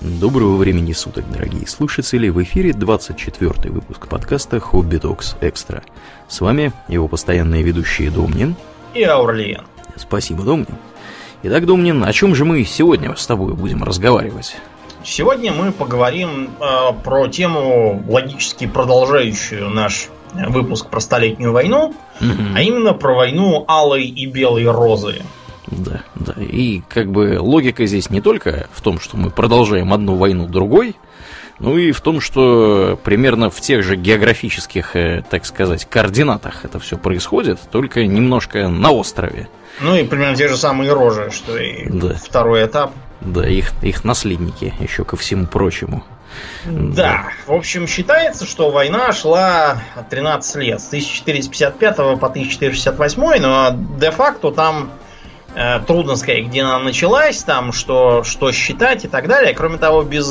Доброго времени суток, дорогие слушатели! В эфире 24-й выпуск подкаста «Хобби Токс Экстра». С вами его постоянные ведущие Домнин и Аурлиен. Спасибо, Домнин. Итак, Домнин, о чем же мы сегодня с тобой будем разговаривать? Сегодня мы поговорим про тему, логически продолжающую наш выпуск про Столетнюю войну, а именно про войну Алой и Белой Розы. Да. И как бы логика здесь не только в том, что мы продолжаем одну войну другой, но и в том, что примерно в тех же географических, так сказать, координатах это все происходит, только немножко на острове. Ну и примерно те же самые рожи, что и второй этап. Да, их наследники, еще ко всему прочему. Да, в общем, считается, что война шла 13 лет, с 1455 по 1468, но де-факто там трудно сказать, где она началась, там что считать и так далее. Кроме того, без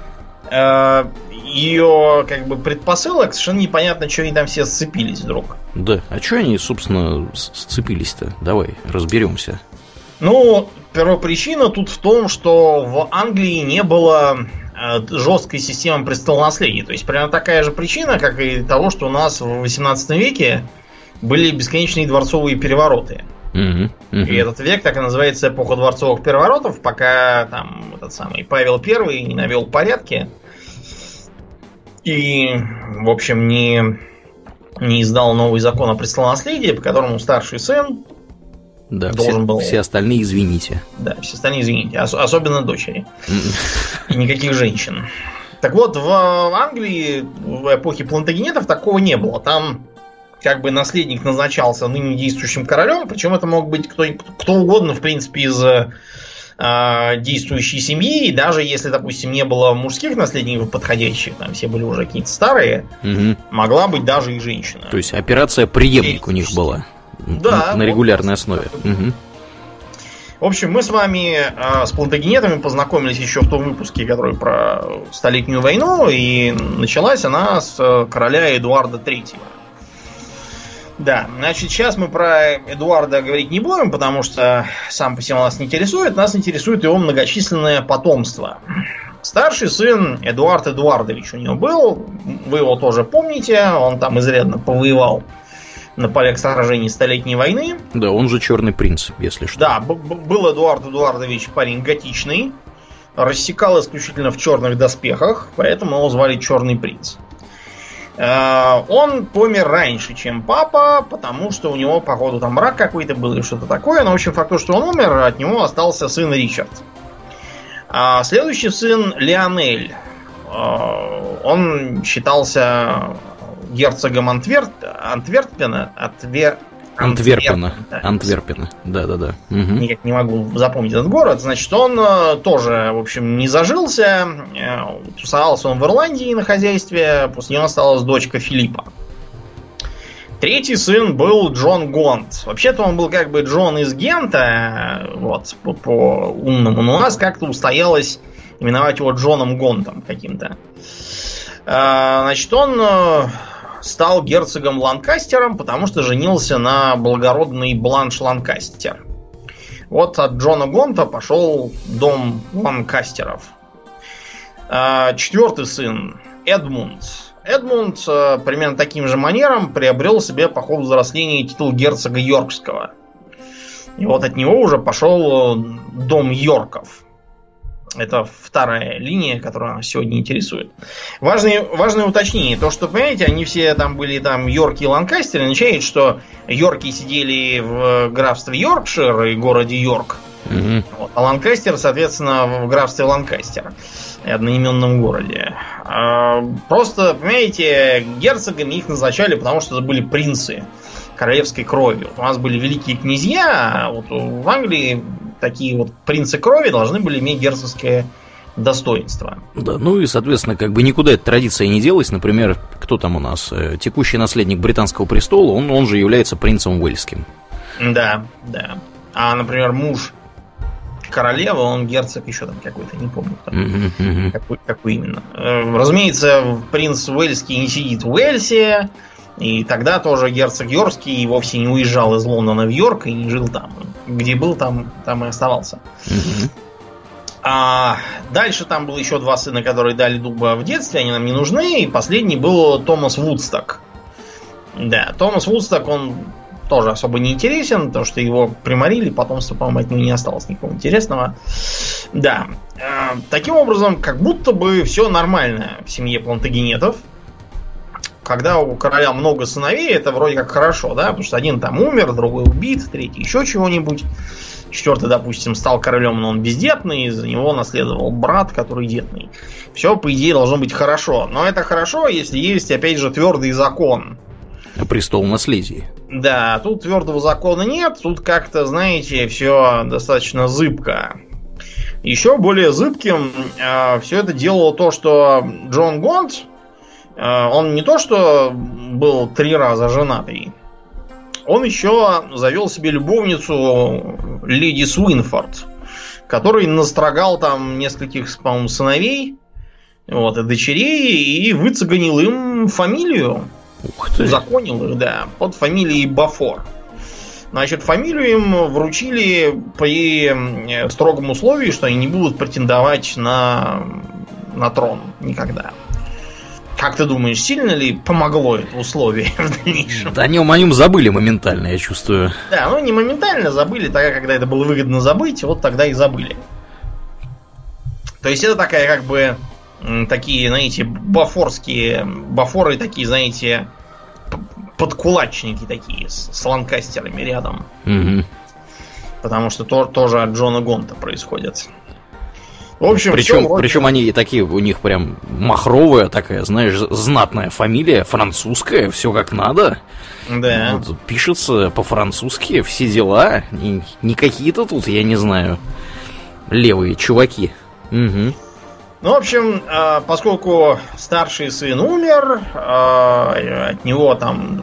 ее как бы предпосылок совершенно непонятно, что они там все сцепились вдруг. Да, а что они, собственно, сцепились-то? Давай разберемся. Ну, первопричина тут в том, что в Англии не было жесткой системы престолонаследия. То есть примерно такая же причина, как и того, что у нас в 18 веке были бесконечные дворцовые перевороты. И этот век так и называется эпоха дворцовых переворотов, пока там этот самый Павел I не навел порядки и, в общем, не издал новый закон о престолонаследии, по которому старший сын должен был... Все остальные извините. Да, все остальные извините, особенно дочери. И никаких женщин. Так вот, в Англии в эпохе плантагенетов такого не было. Там как бы наследник назначался ныне действующим королем, причем это мог быть кто угодно, в принципе, из действующей семьи, и даже если, допустим, не было мужских наследников подходящих, там все были уже какие-то старые, могла быть даже и женщина. То есть операция «Преемник» у них была, да, на регулярной основе. В общем, мы с вами с плантагенетами познакомились еще в том выпуске, который про Столетнюю войну, и началась она с короля Эдуарда III. Да, значит, сейчас мы про Эдуарда говорить не будем, потому что сам по себе нас не интересует. Нас интересует его многочисленное потомство. Старший сын Эдуард Эдуардович у него был. Вы его тоже помните. Он там изрядно повоевал на полях сражений Столетней войны. Да, он же Черный принц, если что. Да, был Эдуард Эдуардович парень готичный. Рассекал исключительно в черных доспехах, поэтому его звали Черный принц. Он помер раньше, чем папа, потому что у него, походу, там рак какой-то был или что-то такое. Но, в общем, факт, что он умер, от него остался сын Ричард. А следующий сын Леонель. Он считался герцогом Антверпена. Антверпена. Да. Никак не могу запомнить этот город. Значит, он тоже, в общем, не зажился. Тусовался он в Ирландии на хозяйстве. После него осталась дочка Филиппа. Третий сын был Джон Гонт. Вообще-то он был как бы Джон из Гента, вот, по умному. Но у нас как-то устоялось именовать его Джоном Гонтом каким-то. Значит, он стал герцогом Ланкастером, потому что женился на благородной Бланш Ланкастер. Вот от Джона Гонта пошел дом Ланкастеров. Четвертый сын Эдмунд. Эдмунд примерно таким же манером приобрел себе по ходу взросления титул герцога Йоркского. И вот от него уже пошел дом Йорков. Это вторая линия, которая нас сегодня интересует. Важное уточнение. То, что, понимаете, они все там были там Йорки и Ланкастеры, означает, что Йорки сидели в графстве Йоркшир и городе Йорк. Вот, а Ланкастер, соответственно, в графстве Ланкастер. Одноименном городе. Просто, понимаете, герцогами их назначали, потому что это были принцы королевской крови. Вот у нас были великие князья, а вот в Англии такие вот принцы крови должны были иметь герцогское достоинство. Да, ну и, соответственно, как бы никуда эта традиция не делась. Например, кто там у нас? Текущий наследник британского престола, он же является принцем Уэльским. Да. А, например, муж королевы, он герцог еще там какой-то, не помню, какой именно. Разумеется, принц Уэльский не сидит в Уэльсе, и тогда тоже герцог Йоркский вовсе не уезжал из Лондона в Йорк и не жил там. Где был, там и оставался. А дальше там было еще 2 сына, которые дали дуба в детстве, они нам не нужны. И последний был Томас Вудсток. Да, Томас Вудсток, он тоже особо не интересен, потому что его приморили, потомство, по-моему, от него не осталось никакого интересного. Да. Таким образом, как будто бы все нормально в семье Плантагенетов. Когда у короля много сыновей, это вроде как хорошо, да, потому что один там умер, другой убит, третий еще чего-нибудь. 4-й, допустим, стал королем, но он бездетный, из-за него наследовал брат, который детный. Все, по идее, должно быть хорошо. Но это хорошо, если есть, опять же, твердый закон. Престол наследия. Да, тут твердого закона нет, тут как-то, знаете, все достаточно зыбко. Еще более зыбким все это делало то, что Джон Гонт, он не то что был 3 раза женатый, он еще завел себе любовницу леди Суинфорд, который настрогал там нескольких, по-моему, сыновей, вот, и дочерей, и выцеганил им фамилию. Ух ты. Узаконил их, да, под фамилией Бафор. Значит, фамилию им вручили при строгом условии, что они не будут претендовать на трон никогда. Как ты думаешь, сильно ли помогло это условие в дальнейшем? Да о нем забыли моментально, я чувствую. Да, ну не моментально забыли, тогда, когда это было выгодно забыть, вот тогда и забыли. То есть это такая как бы такие, знаете, бафоры такие, знаете, подкулачники такие с ланкастерами рядом. Угу. Потому что тоже от Джона Гонта происходит. В общем, причем они такие, у них прям махровая такая, знаешь, знатная фамилия, французская, все как надо. Да. Вот, пишется по-французски, все дела. Не какие-то тут, я не знаю, левые чуваки. Угу. Ну, в общем, поскольку старший сын умер, от него там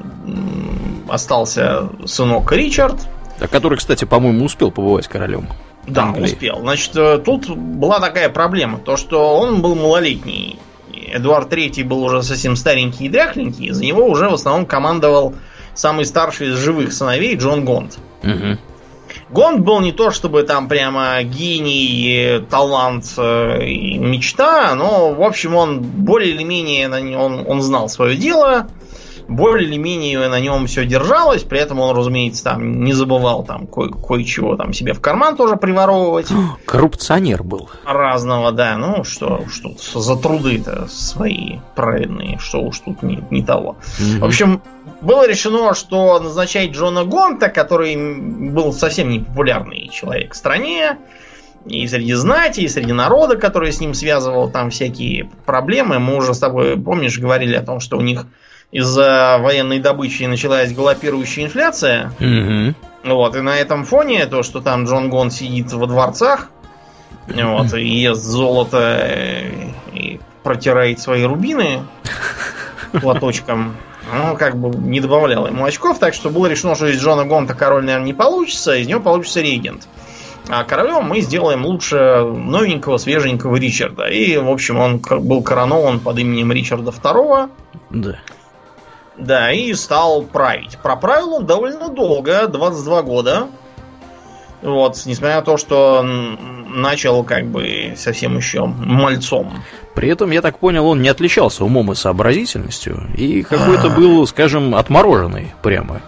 остался сынок Ричард. Который, кстати, по-моему, успел побывать королем. Да, Англии. успел. Значит, тут была такая проблема, то что он был малолетний. Эдуард III был уже совсем старенький и дряхленький, за него уже в основном командовал самый старший из живых сыновей Джон Гонт. Угу. Гонт был не то чтобы там прямо гений, талант и мечта, но, в общем, он более или менее он знал свое дело, более или менее на нем все держалось, при этом он, разумеется, там не забывал там кое-чего там себе в карман тоже приворовывать. Коррупционер был. Разного, да. Ну, что уж тут за труды-то свои праведные, что уж тут не того. В общем, было решено, что назначать Джона Гонта, который был совсем не популярный человек в стране, и среди знати, и среди народа, который с ним связывал там всякие проблемы. Мы уже с тобой, помнишь, говорили о том, что у них из-за военной добычи началась галопирующая инфляция. Вот, и на этом фоне то, что там Джон Гонт сидит во дворцах, вот, и ест золото, и протирает свои рубины платочком, ну, как бы не добавляло ему очков, так что было решено, что из Джона Гонта король, наверное, не получится, из него получится регент. А королем мы сделаем лучше новенького, свеженького Ричарда. И, в общем, он был коронован под именем Ричарда II. Да. Да, и стал править. Проправил он довольно долго, 22 года. Вот, несмотря на то, что начал как бы совсем еще мальцом. При этом, я так понял, он не отличался умом и сообразительностью. И какой-то был, скажем, отмороженный прямо.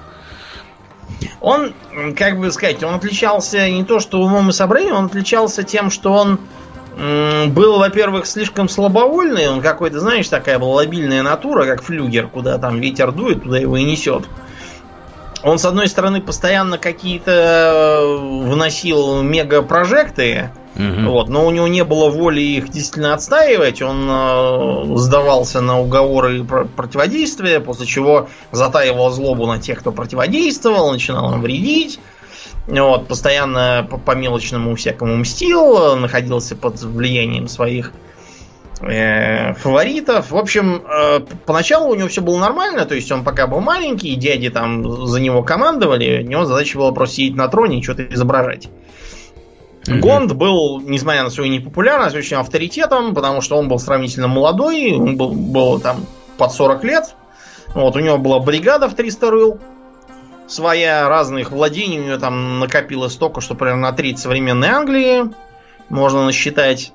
Он, как бы сказать, он отличался не то что умом и сообразительностью, он отличался тем, что он был, во-первых, слишком слабовольный, он какой-то, знаешь, такая была лобильная натура, как флюгер, куда там ветер дует, туда его и несет. Он, с одной стороны, постоянно какие-то вносил мегапрожекты, вот, но у него не было воли их действительно отстаивать, он сдавался на уговоры противодействия, после чего затаивал злобу на тех, кто противодействовал, начинал им вредить. Вот, постоянно по мелочному всякому мстил, находился под влиянием своих фаворитов. В общем, поначалу у него все было нормально, то есть он пока был маленький, дяди там за него командовали, у него задача была просто сидеть на троне и что-то изображать. Гонт был, несмотря на свою непопулярность, очень авторитетом, потому что он был сравнительно молодой, он был там под 40 лет. Вот, у него была бригада в 300 рыл. Своя, разных владений у нее там накопилось столько, что примерно на треть современной Англии. можно насчитать.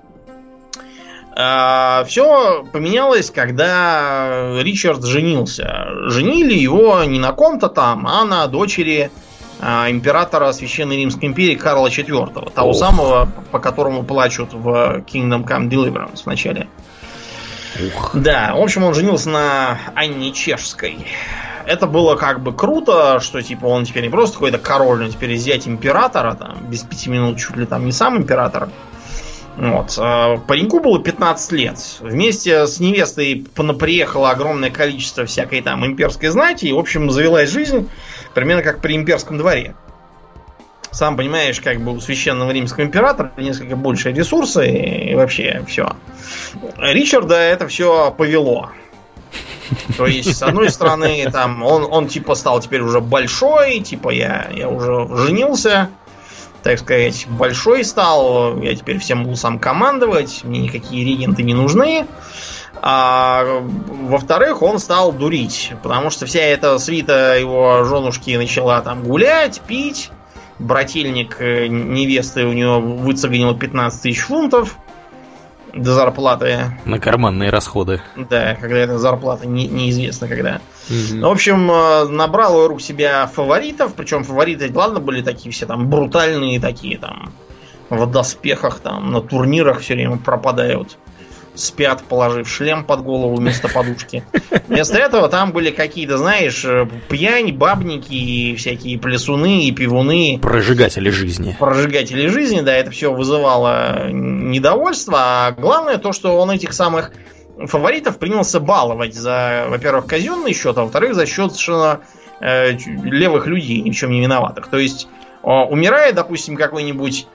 Все поменялось, когда Ричард женился. Женили его не на ком-то там, а на дочери императора Священной Римской империи Карла IV. Того самого, по которому плачут в Kingdom Come Deliverance в начале. Да, в общем, он женился на Анне Чешской. Это было как бы круто, что типа он теперь не просто какой-то король, он теперь зять императора, там, без 5 минут чуть ли там не сам император. Вот. Пареньку было 15 лет. Вместе с невестой приехало огромное количество всякой там имперской знати, и, в общем, завелась жизнь примерно как при имперском дворе. Сам понимаешь, как бы у священного римского императора несколько больше ресурсы и вообще все. Ричарда это все повело. То есть, с одной стороны, там, он типа стал теперь уже большой, типа я уже женился, так сказать, большой стал, я теперь всем буду сам командовать, мне никакие регенты не нужны. А во-вторых, он стал дурить, потому что вся эта свита его женушки начала там гулять, пить. Брательник невесты у него выцеганил 15 тысяч фунтов до зарплаты. На карманные расходы. Да, когда эта зарплата неизвестно когда. В общем, набрал вокруг себя фаворитов, причем фавориты, ладно, были такие все там брутальные, такие там в доспехах, там на турнирах все время пропадают. Спят, положив шлем под голову вместо подушки. Вместо этого там были какие-то, знаешь, пьянь, бабники, всякие плясуны и пивуны. Прожигатели жизни. Прожигатели жизни, да, это все вызывало недовольство. А главное то, что он этих самых фаворитов принялся баловать за, во-первых, казенный счет, а во-вторых, за счет совершенно левых людей, ни в чем не виноватых. То есть, умирает, допустим, какой-нибудь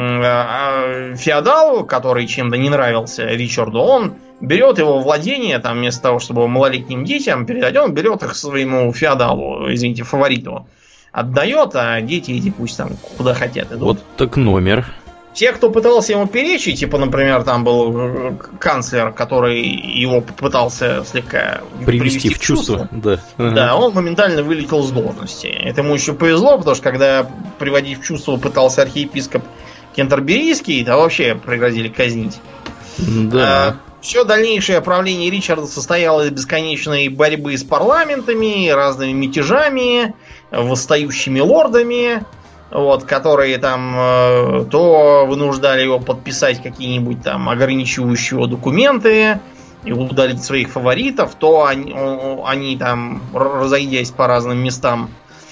феодал, который чем-то не нравился Ричарду, он берет его владение, там, вместо того, чтобы малолетним детям передать, он берет их своему феодалу, извините, фавориту, отдает, а дети эти пусть там куда хотят идут. Вот так номер. Те, кто пытался ему перечить, типа, например, там был канцлер, который его попытался слегка привести в чувство. Да. Да, он моментально вылетел с должности. Это ему еще повезло, потому что когда приводить в чувство пытался архиепископ Кентерберийский, то вообще пригрозили казнить. Да. Все дальнейшее правление Ричарда состояло из бесконечной борьбы с парламентами, разными мятежами, восстающими лордами, вот, которые там то вынуждали его подписать какие-нибудь там ограничивающие документы и удалить своих фаворитов, то они там, разойдясь по разным местам,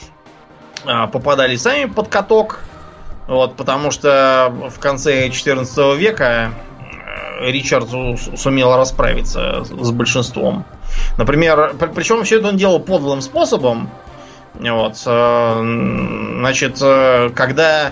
попадали сами под каток. Вот, потому что в конце 14 века Ричард сумел расправиться с большинством. Например, причем все это он делал подлым способом. Вот, значит, когда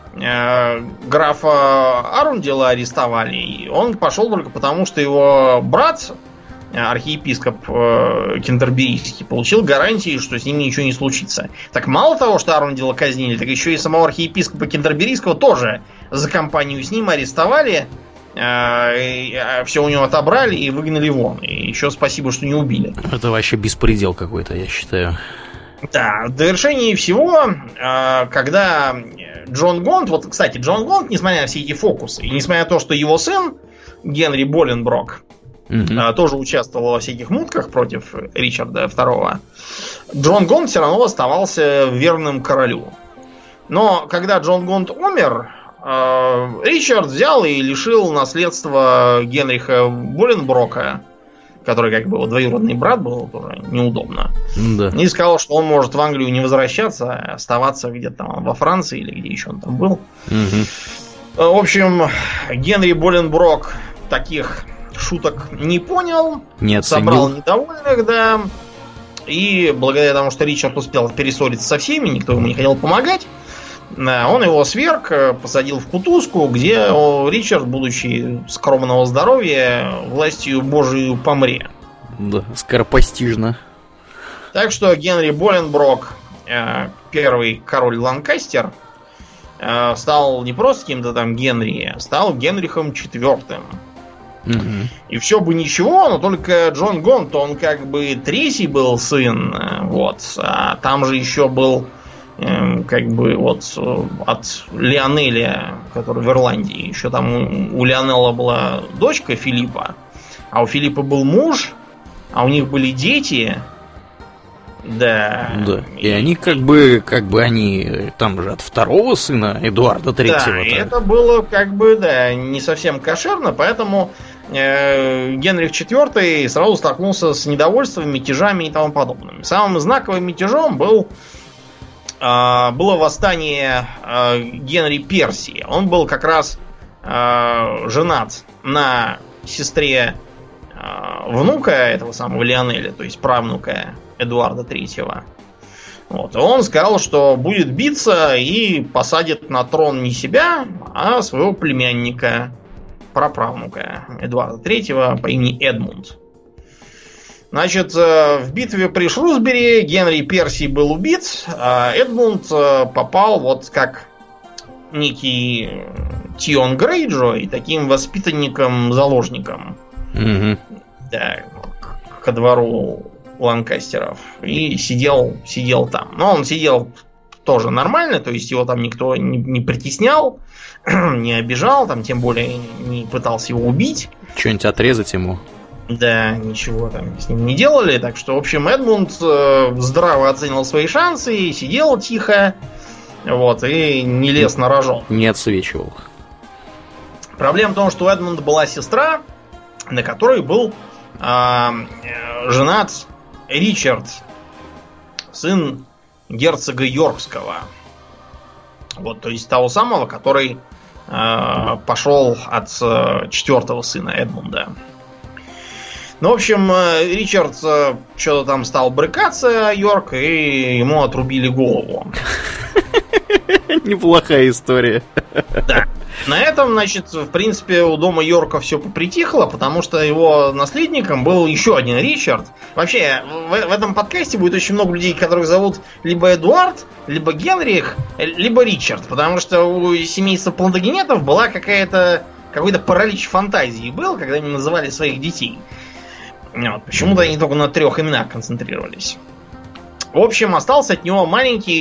графа Арундела арестовали, он пошел только потому, что его брат, архиепископ Кентерберийский, получил гарантии, что с ним ничего не случится. Так мало того, что Арундела казнили, так еще и самого архиепископа Кентерберийского тоже за компанию с ним арестовали, все у него отобрали и выгнали вон. И еще спасибо, что не убили. Это вообще беспредел какой-то, я считаю. Да, в довершении всего, когда Джон Гонт, вот, кстати, Джон Гонт, несмотря на все эти фокусы, и несмотря на то, что его сын, Генри Боленброк, тоже участвовал во всяких мутках против Ричарда II, Джон Гонт все равно оставался верным королю. Но когда Джон Гонт умер, Ричард взял и лишил наследства Генриха Боленброка, который как бы двоюродный брат был, тоже неудобно. Да. И сказал, что он может в Англию не возвращаться, а оставаться где-то там во Франции или где еще он там был. В общем, Генри Боленброк таких шуток не понял, не собрал недовольных, да. И благодаря тому, что Ричард успел перессориться со всеми, никто ему не хотел помогать, он его сверг, посадил в кутузку, где Ричард, будучи скромного здоровья, властью Божию помре. Да, скоропостижно. Так что Генри Боленброк, первый король Ланкастер, стал не просто каким-то там Генри, а стал Генрихом IV. И все бы ничего, но только Джон Гонт, он как бы третий был сын, вот, а там же еще был как бы вот от Лионеля, который в Ирландии. Еще там у Лионела была дочка Филиппа, а у Филиппа был муж, а у них были дети. Да. И они как бы они там же от второго сына Эдуарда Третьего. Да, и это было как бы, да, не совсем кошерно, поэтому Генрих IV сразу столкнулся с недовольством, мятежами и тому подобным. Самым знаковым мятежом было восстание Генри Персии. Он был как раз женат на сестре внука этого самого Лионеля, то есть правнука Эдуарда Третьего. Вот. И он сказал, что будет биться и посадит на трон не себя, а своего племянника, праправнука Эдуарда Третьего по имени Эдмунд. Значит, в битве при Шрусбери Генри Персий был убит, а Эдмунд попал вот как некий Тион Грейджой, таким воспитанником-заложником. Угу. Да, ко двору Ланкастеров. И сидел там. Но он сидел тоже нормально, то есть его там никто не притеснял, не обижал, там тем более не пытался его убить. Что-нибудь отрезать ему. Да, ничего там с ним не делали. Так что, в общем, Эдмунд здраво оценил свои шансы, сидел тихо, вот, и не лез на рожон. Не отсвечивал. Проблема в том, что у Эдмунда была сестра, на которой был женат Ричард, сын герцога Йоркского. Вот, то есть того самого, который пошел от четвертого сына Эдмунда. Ну, в общем, Ричард что-то там стал брыкаться, Йорк, и ему отрубили голову. Неплохая история. Да. На этом, значит, в принципе, у дома Йорка все попритихло, потому что его наследником был еще один Ричард. Вообще, в этом подкасте будет очень много людей, которых зовут либо Эдуард, либо Генрих, либо Ричард, потому что у семейства Плантагенетов была какой-то паралич фантазии был, когда они называли своих детей. Вот. Почему-то они только на 3 именах концентрировались. В общем, остался от него маленький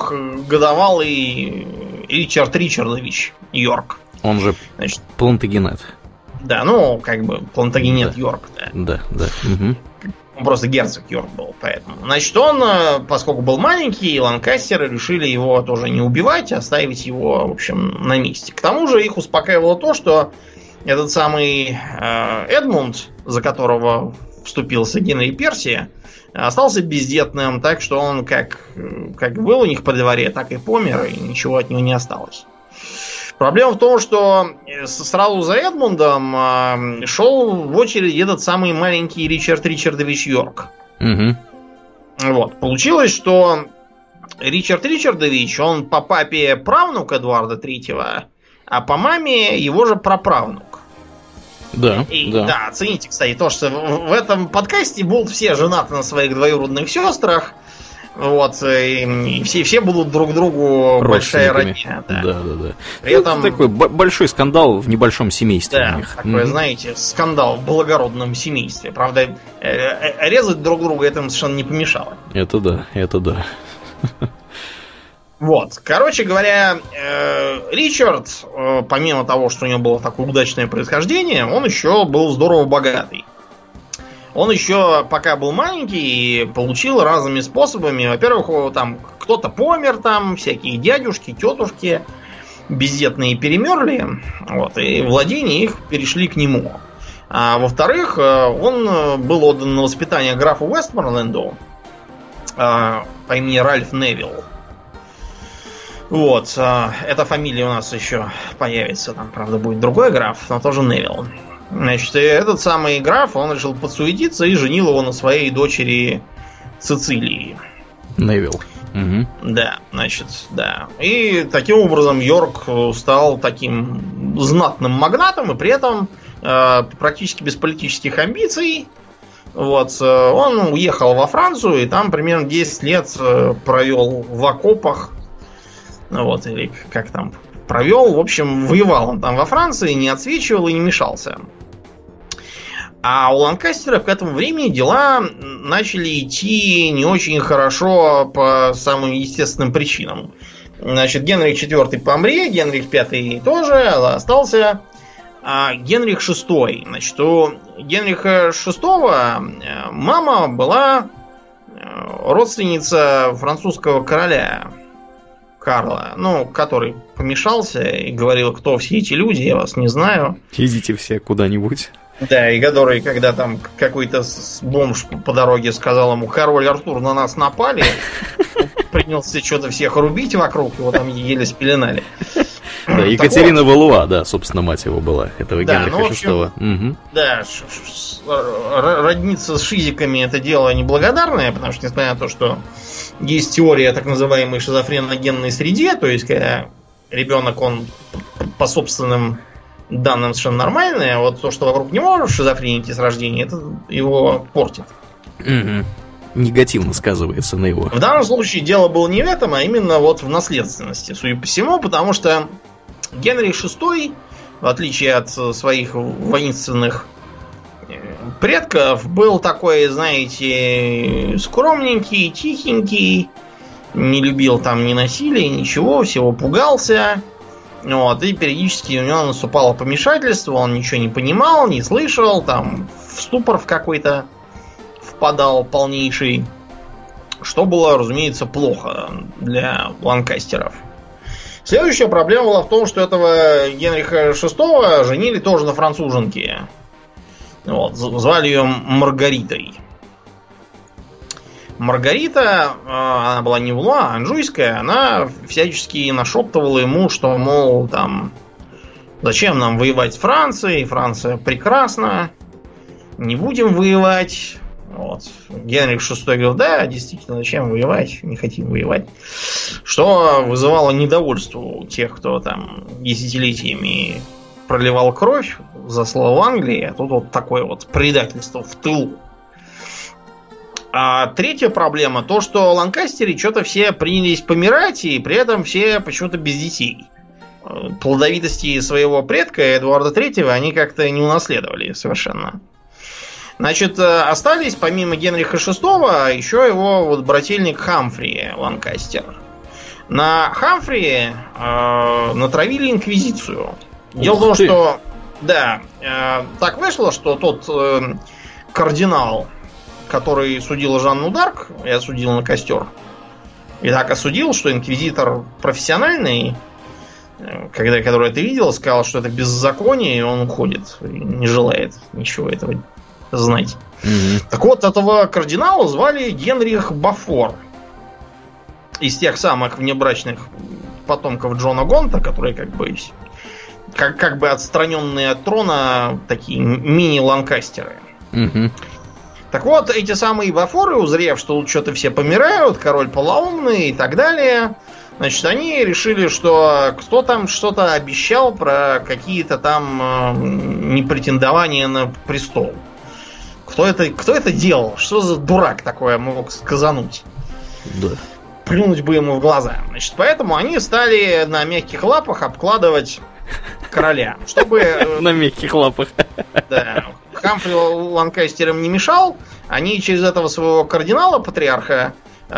4-годовалый Ричард Ричардович Йорк. Он же, значит, Плантагенет. Да, ну, как бы Плантагенет да. Йорк, да. Да. Угу. Он просто герцог Йорк был, поэтому. Значит, он, поскольку был маленький, ланкастеры решили его тоже не убивать, а оставить его, в общем, на месте. К тому же их успокаивало то, что этот самый Эдмунд, за которого вступился Генри Персия, остался бездетным, так что он как был у них при дворе, так и помер, и ничего от него не осталось. Проблема в том, что сразу за Эдмундом шел в очередь этот самый маленький Ричард Ричардович Йорк. Угу. Вот. Получилось, что Ричард Ричардович, он по папе правнук Эдуарда Третьего, а по маме его же праправнук. Да, да, оцените, кстати, то, что в этом подкасте будут все женаты на своих двоюродных сестрах. Вот, и все будут друг другу большая родня. Да. При этом... Это такой большой скандал в небольшом семействе. Да, такой, знаете, скандал в благородном семействе. Правда, резать друг друга этому совершенно не помешало. Это да. Вот, короче говоря, Ричард, помимо того, что у него было такое удачное происхождение, он еще был здорово богатый. Он еще, пока был маленький, получил разными способами. Во-первых, там кто-то помер, там всякие дядюшки, тетушки бездетные перемерли, вот, и владения их перешли к нему. А во-вторых, он был отдан на воспитание графу Вестморленду по имени Ральф Невилл. Вот, эта фамилия у нас еще появится, там, правда, будет другой граф, но тоже Невилл. Значит, этот самый граф, он решил подсуетиться и женил его на своей дочери Цицилии. Невилл. Угу. Да, значит, да. И таким образом Йорк стал таким знатным магнатом, и при этом практически без политических амбиций. Вот, он уехал во Францию, и там примерно 10 лет провел в окопах. Вот, или как там провел. В общем, воевал он там во Франции, не отсвечивал и не мешался. А у Ланкастеров к этому времени дела начали идти не очень хорошо по самым естественным причинам. Значит, Генрих IV помре, Генрих V тоже остался, а Генрих VI. Значит, у Генриха VI мама была родственница французского короля Карла, который помешался и говорил, кто все эти люди, я вас не знаю. Идите все куда-нибудь. Да, и который, когда там какой-то бомж по дороге сказал ему: король Артур, на нас напали, принялся что-то всех рубить вокруг, его там еле спеленали. Да, Екатерина Валуа, да, собственно, мать его была, этого Генриха VI. Да, родниться с шизиками — это дело неблагодарное, потому что, несмотря на то, что есть теория о так называемой шизофренно-генной среде, то есть, когда ребенок, он по собственным данным совершенно нормальный, а вот то, что вокруг него шизофреники с рождения, это его портит. Негативно сказывается на его. В данном случае дело было не в этом, а именно вот в наследственности, судя по всему, потому что Генрих VI, в отличие от своих воинственных предков, был такой, знаете, скромненький, тихенький, не любил там ни насилия, ничего, всего пугался. Вот, и периодически у него наступало помешательство, он ничего не понимал, не слышал, там в ступор в какой-то впадал полнейший, что было, разумеется, плохо для ланкастеров. Следующая проблема была в том, что этого Генриха VI женили тоже на француженке. Вот, звали ее Маргаритой. Маргарита, она была не Валуа, а анжуйская, она всячески нашептывала ему, что, мол, там, зачем нам воевать с Францией, Франция прекрасна, не будем воевать. Вот. Генрих VI говорил: да, действительно, зачем воевать, не хотим воевать. Что вызывало недовольство у тех, кто там десятилетиями проливал кровь за славу Англии, а тут вот такое вот предательство в тылу. А третья проблема то, что ланкастеры что-то все принялись помирать, и при этом все почему-то без детей. Плодовитости своего предка Эдуарда III они как-то не унаследовали совершенно. Значит, остались помимо Генриха VI еще его вот брательник Хамфри Ланкастер. На Хамфри натравили инквизицию. Дело в том, что да, так вышло, что тот кардинал, который судил Жанну Дарк и осудил на костер, и так осудил, что инквизитор профессиональный, который это видел, сказал, что это беззаконие, и он уходит, и не желает ничего этого знать. Так вот, этого кардинала звали Генрих Бафор, из тех самых внебрачных потомков Джона Гонта, которые как бы отстраненные от трона такие мини-ланкастеры. Так вот, эти самые Бафоры, узрев, что тут что-то все помирают, король полоумный и так далее, значит, они решили, что кто там что-то обещал про какие-то там непретендования на престол. Кто это делал? Что за дурак такое мог сказануть? Да. Плюнуть бы ему в глаза. Значит, поэтому они стали на мягких лапах обкладывать короля. Чтобы... На мягких лапах. Да. Хамфри Ланкастерам не мешал. Они через этого своего кардинала, патриарха,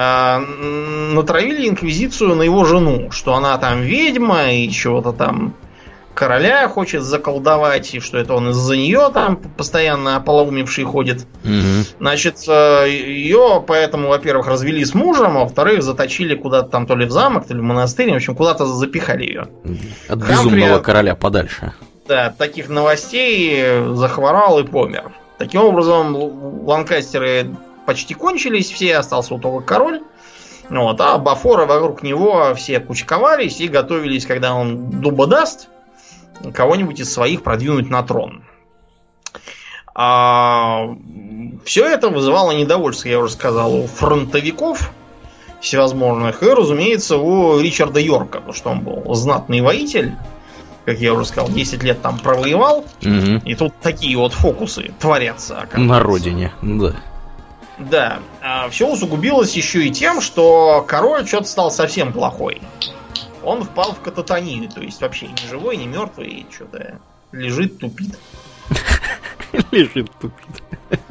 натравили инквизицию на его жену. Что она там ведьма и чего-то там короля хочет заколдовать, и что это он из-за нее там постоянно ополоумевший ходит. Значит, ее поэтому, во-первых, развели с мужем, а во-вторых, заточили куда-то там то ли в замок, то ли в монастырь, в общем, куда-то запихали ее. От безумного короля подальше. Да, от таких новостей захворал и помер. Таким образом, ланкастеры почти кончились, все, остался вот только король. Вот, а Бафоры вокруг него все кучковались и готовились, когда он дуба даст, кого-нибудь из своих продвинуть на трон. Все это вызывало недовольство, я уже сказал, у фронтовиков всевозможных, и, разумеется, у Ричарда Йорка, потому что он был знатный воитель, как я уже сказал, 10 лет там провоевал, и тут такие вот фокусы творятся. На родине, да. Да, все усугубилось еще и тем, что король что-то стал совсем плохой. Он впал в кататонию, то есть вообще ни живой, ни мертвый, что-то лежит, тупит. Лежит тупит.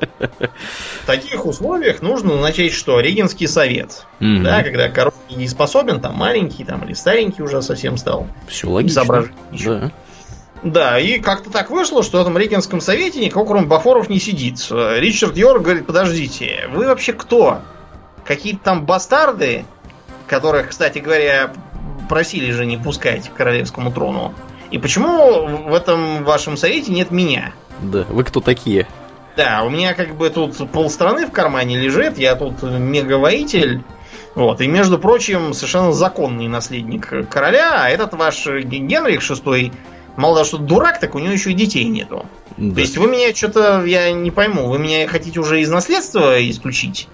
В таких условиях нужно назначать что? Регенский совет. Да, когда король не способен, там маленький, там или старенький уже совсем стал. Все логично. Да. Да, и как-то так вышло, что в этом Регенском совете никого, кроме Бафоров, не сидит. Ричард Йорк говорит: подождите, вы вообще кто? Какие-то там бастарды, которых, кстати говоря, просили же не пускать к королевскому трону. И почему в этом вашем совете нет меня? Да, вы кто такие? Да, у меня как бы тут полстраны в кармане лежит, я тут мега-воитель. Вот, и, между прочим, совершенно законный наследник короля, а этот ваш Генрих VI, мало того, что дурак, так у него еще и детей нету. Да. То есть вы меня что-то, я не пойму, вы меня хотите уже из наследства исключить?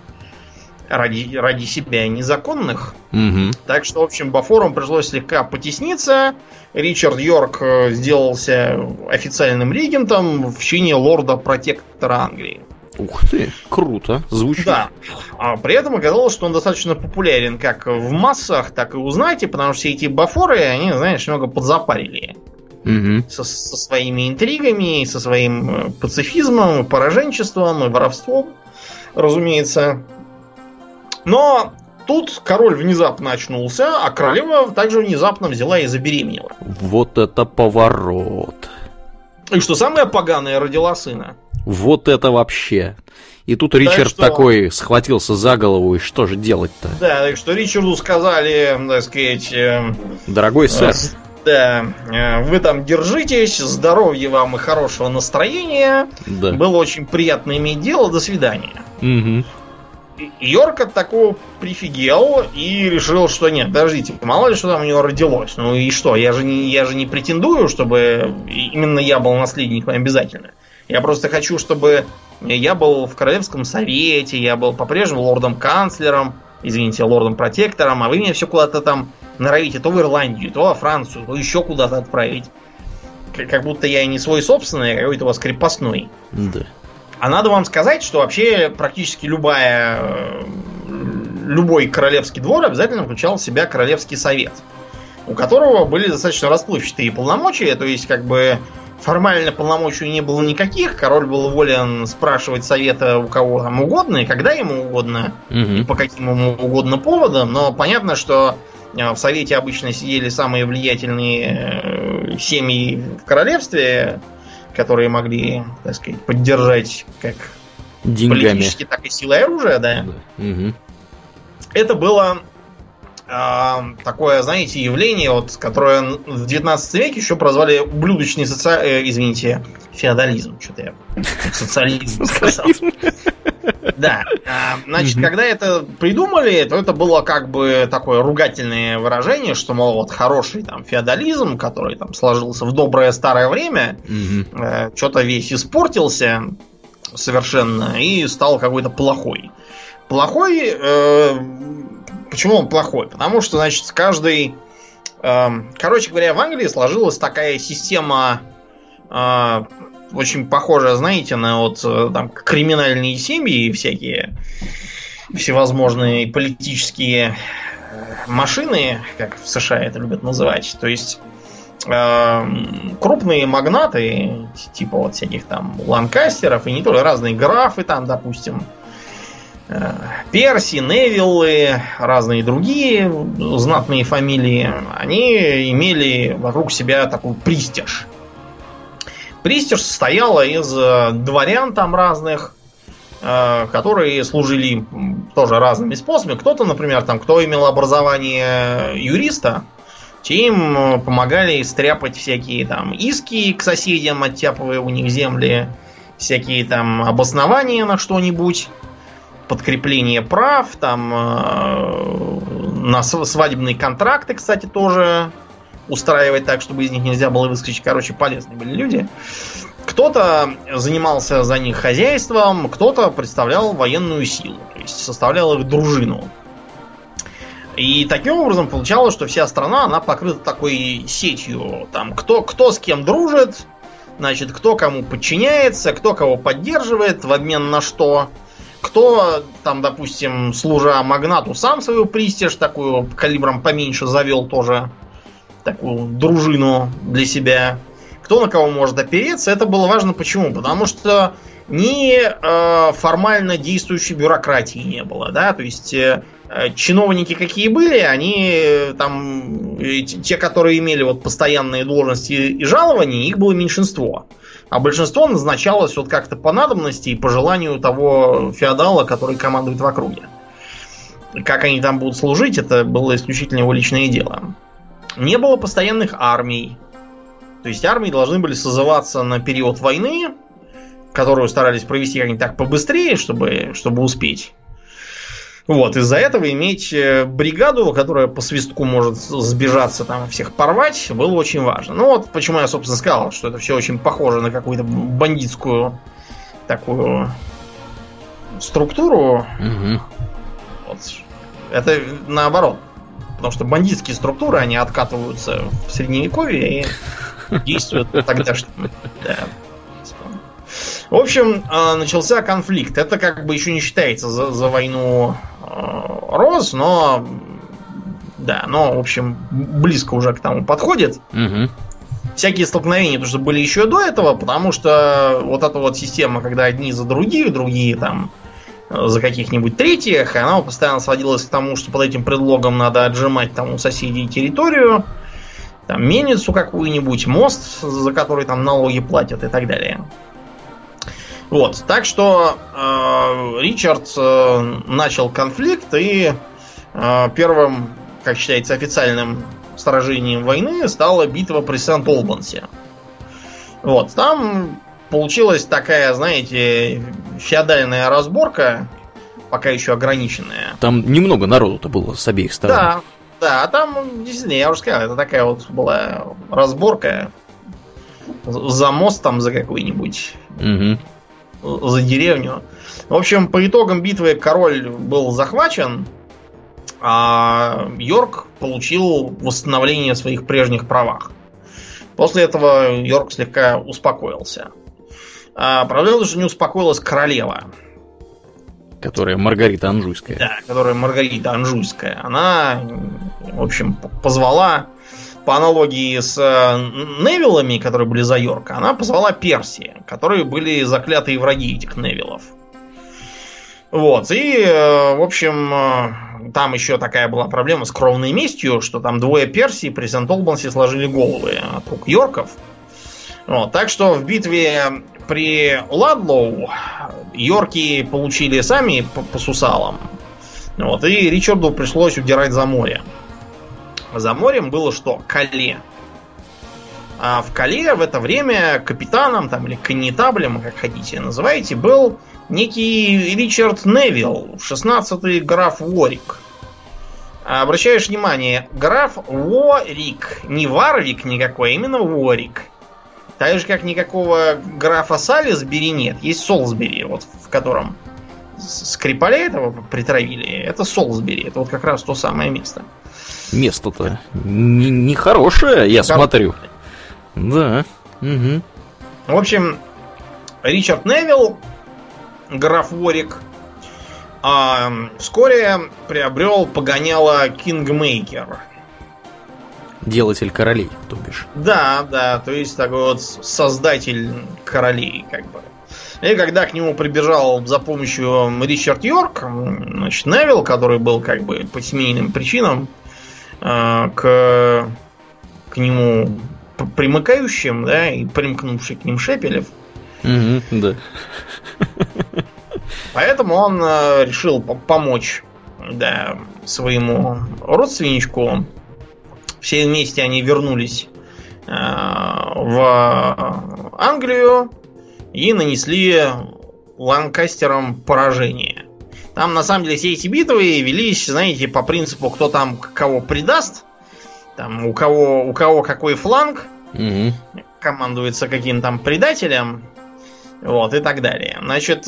Ради себя незаконных. Угу. Так что, в общем, Бафорам пришлось слегка потесниться. Ричард Йорк сделался официальным регентом в чине лорда-протектора Англии. Ух ты, круто, звучит. Да. А при этом оказалось, что он достаточно популярен как в массах, так и у знати, потому что все эти Бафоры, они, знаешь, немного подзапарили. Угу. Со своими интригами, со своим пацифизмом, и пораженчеством, и воровством, разумеется. Но тут король внезапно очнулся, а королева также внезапно взяла и забеременела. Вот это поворот. И что самое поганое, родила сына. Вот это вообще. И тут Ричард что... такой схватился за голову, и что же делать-то? Да, так что Ричарду сказали, так сказать... Дорогой сэр. Да, вы там держитесь, здоровья вам и хорошего настроения. Да. Было очень приятно иметь дело, до свидания. Угу. Йорк от такого прифигел и решил, что нет, подождите, мало ли что там у него родилось. Ну и что, я же не претендую, чтобы именно я был наследником обязательно. Я просто хочу, чтобы я был в Королевском совете, я был по-прежнему лордом-канцлером, извините, лордом-протектором, а вы меня все куда-то там норовите, то в Ирландию, то во Францию, то еще куда-то отправить. Как будто я не свой собственный, а какой-то у вас крепостной. Да. А надо вам сказать, что вообще практически любой королевский двор обязательно включал в себя королевский совет, у которого были достаточно расплывчатые полномочия, то есть как бы формально полномочий не было никаких, король был волен спрашивать совета у кого там угодно, и когда ему угодно, и по каким ему угодно поводам, но понятно, что в совете обычно сидели самые влиятельные семьи в королевстве, которые могли, так сказать, поддержать как деньгами, политически, так и силой оружия, да. Угу. Это было такое, знаете, явление, вот, которое в 19 веке еще прозвали ублюдочный феодализм. Что-то я социализм сказал. Да. Значит, когда это придумали, то это было как бы такое ругательное выражение, что, мол, вот хороший там феодализм, который там сложился в доброе старое время, что-то весь испортился совершенно и стал какой-то плохой. Плохой... Почему он плохой? Потому что, значит, каждый... короче говоря, в Англии сложилась такая система... очень похожая, знаете, на вот там криминальные семьи и всякие всевозможные политические машины, как в США это любят называть. То есть крупные магнаты, типа вот всяких там Ланкастеров, и не только разные графы там, допустим, Перси, Невиллы, разные другие знатные фамилии, они имели вокруг себя такой престиж. Престиж состояла из дворян там разных, которые служили тоже разными способами. Кто-то, например, там, кто имел образование юриста, те им помогали стряпать всякие там иски к соседям, оттяпывая у них земли, всякие там обоснования на что-нибудь, подкрепление прав, там на свадебные контракты, кстати, тоже устраивать так, чтобы из них нельзя было выскочить. Короче, полезные были люди. Кто-то занимался за них хозяйством, кто-то представлял военную силу, то есть составлял их дружину. И таким образом получалось, что вся страна, она покрыта такой сетью. Там кто с кем дружит, значит, кто кому подчиняется, кто кого поддерживает, в обмен на что. Кто там, допустим, служа магнату, сам свою престиж такую калибром поменьше завел тоже. Такую дружину для себя. кто на кого может опереться. Это было важно почему? Потому что ни формально действующей бюрократии не было, да, то есть чиновники какие были, они там, те, которые имели вот постоянные должности и жалования, их было меньшинство. А большинство назначалось вот как-то по надобности и по желанию того феодала, который командует в округе. Как они там будут служить, это было исключительно его личное дело. Не было постоянных армий. То есть армии должны были созываться на период войны, которую старались провести как-нибудь так побыстрее, чтобы успеть. Вот, из-за этого иметь бригаду, которая по свистку может сбежаться там и всех порвать, было очень важно. Ну вот почему я, собственно, сказал, что это все очень похоже на какую-то бандитскую такую структуру. Угу. Вот. Это наоборот. Потому что бандитские структуры, они откатываются в средневековье и действуют тогда, что... Да. В общем, начался конфликт. Это как бы еще не считается за войну Роз, но да, но в общем близко уже к тому подходит. Угу. Всякие столкновения, потому что были еще до этого, потому что вот эта вот система, когда одни за других, другие там за каких-нибудь третьих, она постоянно сводилась к тому, что под этим предлогом надо отжимать там у соседей территорию, там мельницу какую-нибудь, мост, за который там налоги платят и так далее. Вот, так что Ричард начал конфликт, и первым, как считается, официальным сражением войны стала битва при Сент-Олбансе. Вот, там получилась такая, знаете, феодальная разборка, пока еще ограниченная. Там немного народу-то было с обеих сторон. Да, да, там, действительно, я уже сказал, это такая вот была разборка за мост там, за какой-нибудь... Угу. За деревню. В общем, по итогам битвы король был захвачен, а Йорк получил восстановление в своих прежних правах. После этого Йорк слегка успокоился. Проблема, что не успокоилась королева. Которая Маргарита Анжуйская. Да, которая Маргарита Анжуйская. Она, в общем, позвала, по аналогии с Невиллами, которые были за Йорка, она позвала Перси, которые были заклятые враги этих Невиллов. Вот, и, в общем, там еще такая была проблема с кровной местью, что там двое Персий при Сент-Олбансе сложили головы от рук Йорков. Вот, так что в битве при Ладлоу Йорки получили сами по сусалам. Вот, и Ричарду пришлось удирать за море. За морем было что? Кале. А в Кале в это время капитаном там, или коннетаблем, как хотите называете, был некий Ричард Невилл, 16-й граф Уорик. Обращаешь внимание, граф Уорик, не Варвик никакой, а именно Уорик. Так же, как никакого графа Салисбери нет. Есть Солсбери, вот в котором Скрипаля этого притравили. Это Солсбери, это вот как раз то самое место. Место-то нехорошее, я смотрю. Да. Угу. В общем, Ричард Невилл, граф Уорик, вскоре приобрел погоняло Кингмейкер. Делатель королей, то бишь. Да, да, то есть такой вот создатель королей, как бы. И когда к нему прибежал за помощью Ричард Йорк, значит, Невилл, который был как бы по семейным причинам к нему примыкающим, да, и примкнувший к ним Шепелев. Угу, да. Поэтому он решил помочь, да, своему родственничку. Все вместе они вернулись в Англию и нанесли ланкастерам поражение. Там, на самом деле, все эти битвы велись, знаете, по принципу, кто там кого предаст, там у кого какой фланг, командуется каким там предателем, вот, и так далее. Значит,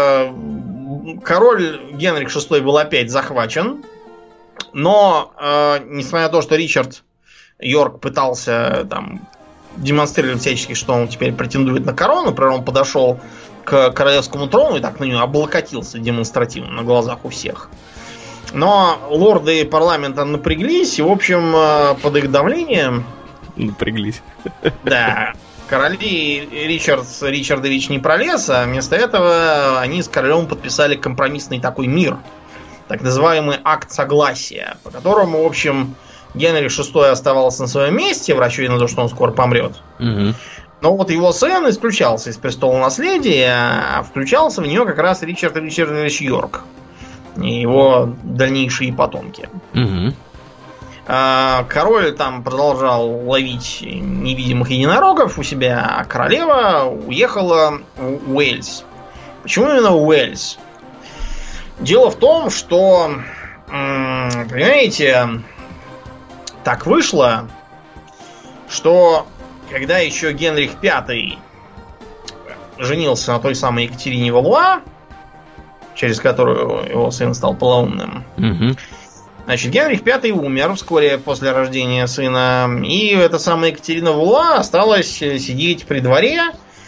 король Генрих VI был опять захвачен, но, несмотря на то, что Ричард Йорк пытался там демонстрировать всячески, что он теперь претендует на корону, например, он подошел к королевскому трону и так на него облокотился демонстративно на глазах у всех. Но лорды парламента напряглись, и, в общем, под их давлением... Напряглись. Да. Короли Ричардович не пролез, а вместо этого они с королем подписали компромиссный такой мир. Так называемый акт согласия, по которому, в общем, Генрих VI оставался на своем месте в расчете на то, что он скоро помрет. Угу. Но вот его сын исключался из престола наследия, а включался в нее как раз Ричард Ричардович Йорк и его дальнейшие потомки. Угу. Король там продолжал ловить невидимых единорогов у себя, а королева уехала в Уэльс. Почему именно в Уэльс? Дело в том, что, понимаете, так вышло, что когда еще Генрих V женился на той самой Екатерине Валуа, через которую его сын стал полоумным, значит, Генрих V умер вскоре после рождения сына, и эта самая Екатерина Валуа осталась сидеть при дворе.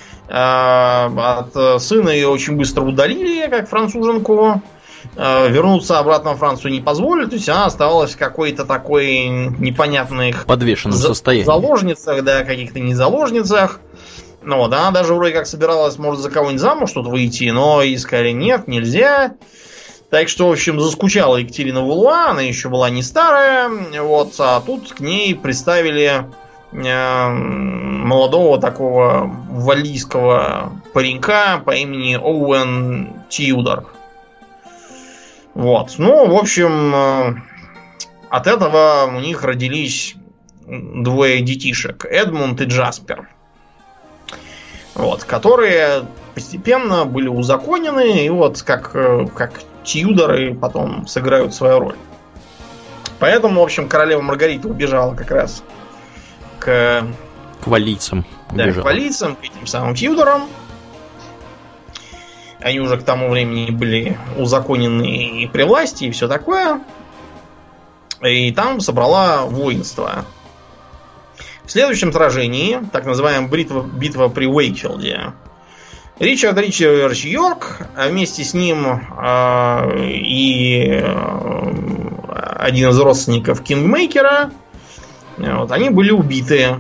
От сына ее очень быстро удалили, как француженку. Вернуться обратно в Францию не позволили, то есть она оставалась в какой-то такой непонятных подвешенном состоянии. Заложницах, да, каких-то не заложницах. Ну вот, она даже вроде как собиралась, может, за кого-нибудь замуж что-то выйти, но ей сказали, нет, нельзя. Так что, в общем, заскучала Екатерина Валуа, она еще была не старая, вот, а тут к ней представили молодого такого валлийского паренька по имени Оуэн Тьюдор. Вот. Ну, в общем, от этого у них родились двое детишек, Эдмунд и Джаспер. Вот, которые постепенно были узаконены, и вот как Тьюдоры потом сыграют свою роль. Поэтому, в общем, королева Маргарита убежала как раз к валлийцам. Да, к валлийцам, к этим самым Тьюдорам. Они уже к тому времени были узаконены и при власти, и все такое. И там собрала воинство. В следующем сражении, так называемая битва при Уэйкфилде, Ричард Ричардович Йорк, а вместе с ним и один из родственников Кингмейкера, вот, они были убиты.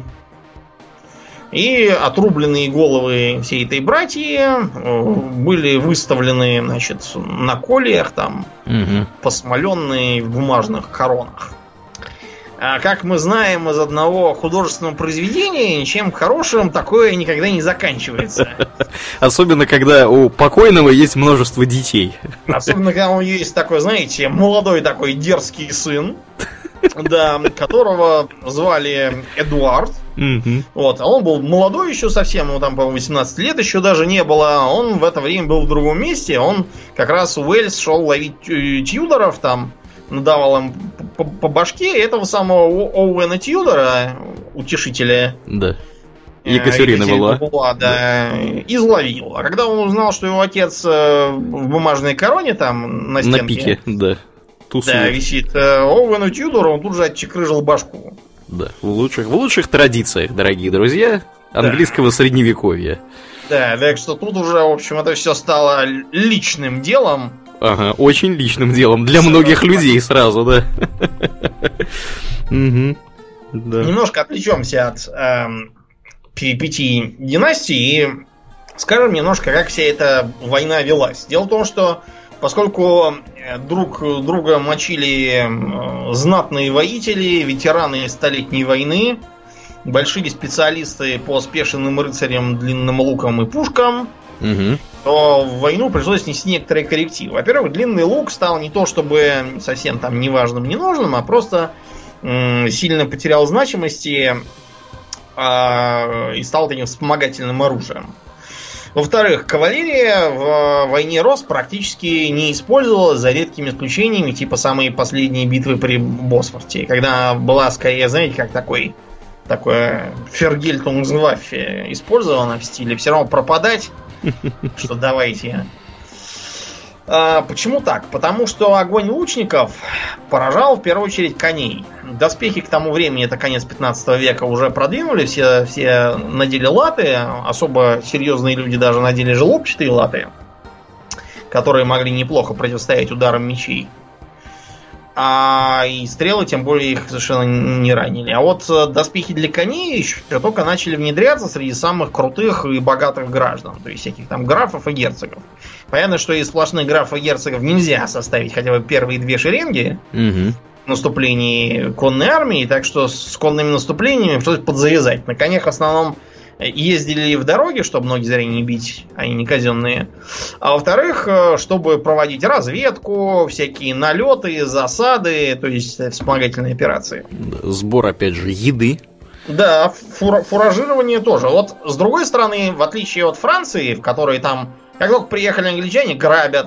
И отрубленные головы всей этой братьи были выставлены, значит, на кольях, там, посмоленные в бумажных коронах. А как мы знаем из одного художественного произведения, ничем хорошим такое никогда не заканчивается. Особенно, когда у покойного есть множество детей. Особенно, когда у него есть такой, знаете, молодой такой дерзкий сын, да, которого звали Эдуард. Вот, а он был молодой еще совсем, ему там, по-моему, 18 лет еще даже не было. Он в это время был в другом месте. Он как раз в Уэльс шел ловить Тьюдоров, там, надавал им по башке. И этого самого Оуэна Тьюдора, утешителя, да, Екатерина Валуа, да, изловил. А когда он узнал, что его отец в бумажной короне там на стенке, на пике, да, да, висит, Оуэну Тьюдору, он тут же отчекрыжил башку. Да, в лучших традициях, дорогие друзья, английского средневековья. Да, так что тут уже, в общем, это все стало личным делом. Ага, очень личным делом для многих людей сразу, да. Немножко отвлечемся от перипетий династии и скажем немножко, как вся эта война велась. Дело в том, что поскольку друг друга мочили знатные воители, ветераны Столетней войны, большие специалисты по спешенным рыцарям, длинным лукам и пушкам, то в войну пришлось нести некоторые коррективы. Во-первых, длинный лук стал не то чтобы совсем там неважным, ненужным, а просто сильно потерял значимости и стал таким вспомогательным оружием. Во-вторых, кавалерия в войне Рос практически не использовалась, за редкими исключениями, типа самые последние битвы при Босфорте, когда была скорее, знаете, как такое Фергельтунгсваффе использована в стиле все равно пропадать, что давайте. Почему так? Потому что огонь лучников поражал в первую очередь коней. Доспехи к тому времени, это конец 15 века, уже продвинули, все надели латы, особо серьезные люди даже надели желобчатые латы, которые могли неплохо противостоять ударам мечей. и стрелы, тем более, их совершенно не ранили. А вот доспехи для коней еще только начали внедряться среди самых крутых и богатых граждан. То есть всяких там графов и герцогов. Понятно, что из сплошных графов и герцогов нельзя составить хотя бы первые две шеренги в наступлении конной армии. Так что с конными наступлениями пришлось подзавязать. На конях в основном ездили в дороге, чтобы ноги зря не бить, они не казенные. А во-вторых, чтобы проводить разведку, всякие налеты, засады, то есть вспомогательные операции. Сбор, опять же, еды. Да, фуражирование тоже. Вот с другой стороны, в отличие от Франции, в которой там, как только приехали англичане, грабят.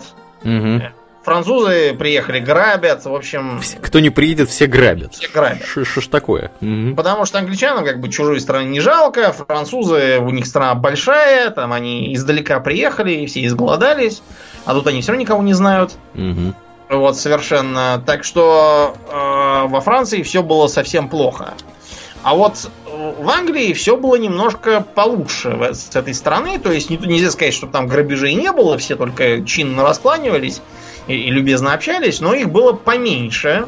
Французы приехали, грабят, в общем... Кто не приедет, все грабят. Все грабят. Что ж такое? Потому что англичанам как бы чужой страны не жалко, французы, у них страна большая, там они издалека приехали, все изголодались, а тут они все равно никого не знают. Вот, совершенно. Так что во Франции все было совсем плохо. А вот в Англии все было немножко получше с этой стороны, то есть нельзя сказать, что там грабежей не было, все только чинно раскланивались и любезно общались, но их было поменьше,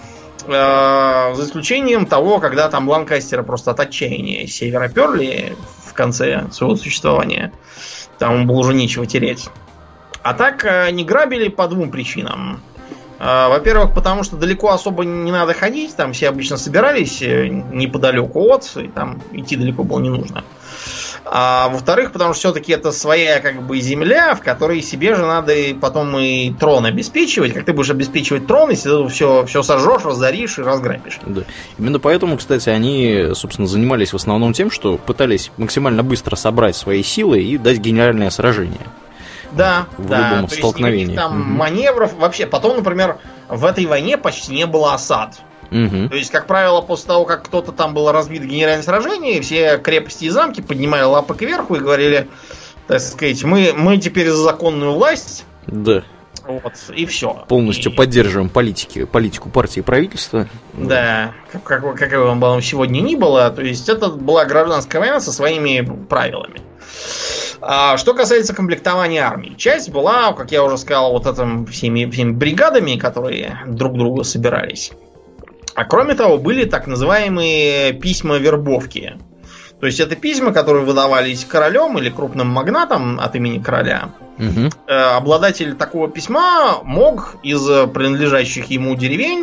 за исключением того, когда там ланкастеры просто от отчаяния с севера перли в конце своего существования. Там было уже нечего терять. А так не грабили по двум причинам. Во-первых, потому что далеко особо не надо ходить, там все обычно собирались неподалеку от, и там идти далеко было не нужно. А во-вторых, потому что все-таки это своя как бы земля, в которой себе же надо потом и трон обеспечивать. Как ты будешь обеспечивать трон, если ты все сожжешь, разоришь и разграбишь. Да. Именно поэтому, кстати, они, собственно, занимались в основном тем, что пытались максимально быстро собрать свои силы и дать генеральное сражение. Да, в любом столкновении. Там маневров. Вообще, потом, например, в этой войне почти не было осад. То есть, как правило, после того, как кто-то там был разбит в генеральном сражении, все крепости и замки поднимали лапы кверху и говорили, так сказать, мы теперь за законную власть. Да. Вот, и все. Полностью поддерживаем политику партии и правительства. Да, как бы сегодня ни было. То есть, это была гражданская война со своими правилами. Что касается комплектования армии, часть была, как я уже сказал, вот этим всеми бригадами, которые друг к другу собирались. А кроме того, были так называемые письма вербовки. То есть это письма, которые выдавались королем или крупным магнатом от имени короля. Обладатель такого письма мог из принадлежащих ему деревень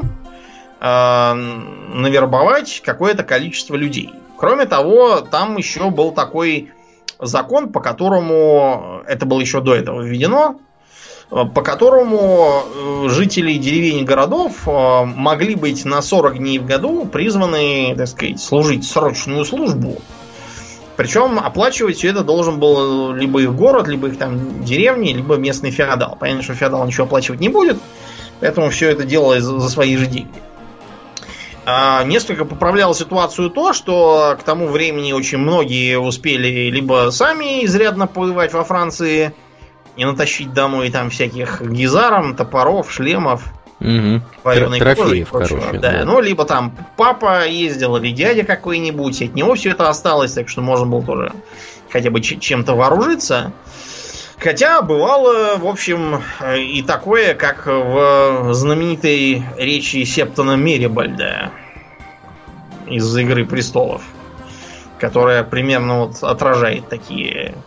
навербовать какое-то количество людей. Кроме того, там еще был такой закон, по которому, это было еще до этого введено, по которому жители деревень и городов могли быть на 40 дней в году призваны, так сказать, служить срочную службу. Причем оплачивать все это должен был либо их город, либо их там деревни, либо местный феодал. Понятно, что феодал ничего оплачивать не будет, поэтому все это делалось за свои же деньги. Несколько поправляло ситуацию то, что к тому времени очень многие успели либо сами изрядно побывать во Франции и натащить домой там всяких гизаром, топоров, шлемов, трофеев, короче. Да. Ну, либо там папа ездил, или дядя какой-нибудь, от него все это осталось, так что можно было тоже хотя бы чем-то вооружиться. Хотя бывало, в общем, и такое, как в знаменитой речи Септона Мерибальда из «Игры престолов», которая примерно вот отражает такие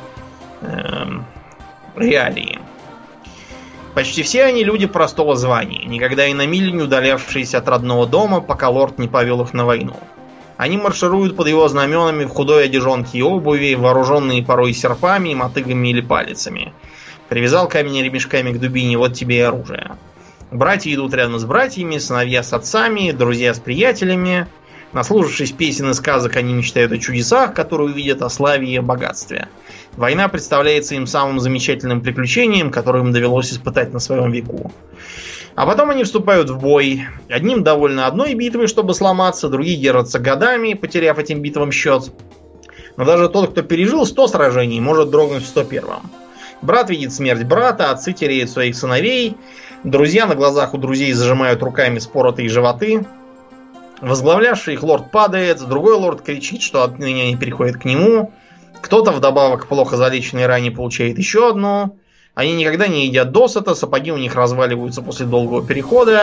реалии. Почти все они люди простого звания, никогда и на милю не удалявшиеся от родного дома, пока лорд не повел их на войну. Они маршируют под его знаменами в худой одежонке и обуви, вооруженные порой серпами, мотыгами или палицами. Привязал камень ремешками к дубине, вот тебе и оружие. Братья идут рядом с братьями, сыновья с отцами, друзья с приятелями. Наслушавшись песен и сказок, они мечтают о чудесах, которые увидят, о славе и о богатстве. Война представляется им самым замечательным приключением, которое им довелось испытать на своем веку. А потом они вступают в бой. Одним довольно одной битвы, чтобы сломаться, другие держатся годами, потеряв этим битвам счет. Но даже тот, кто пережил 100 сражений, может дрогнуть в 101-м. Брат видит смерть брата, отцы теряют своих сыновей, друзья на глазах у друзей зажимают руками споротые животы. Возглавлявший их лорд падает, другой лорд кричит, что отныне они переходят к нему. Кто-то вдобавок к плохо залеченной ране получает еще одну. Они никогда не едят досыта, сапоги у них разваливаются после долгого перехода.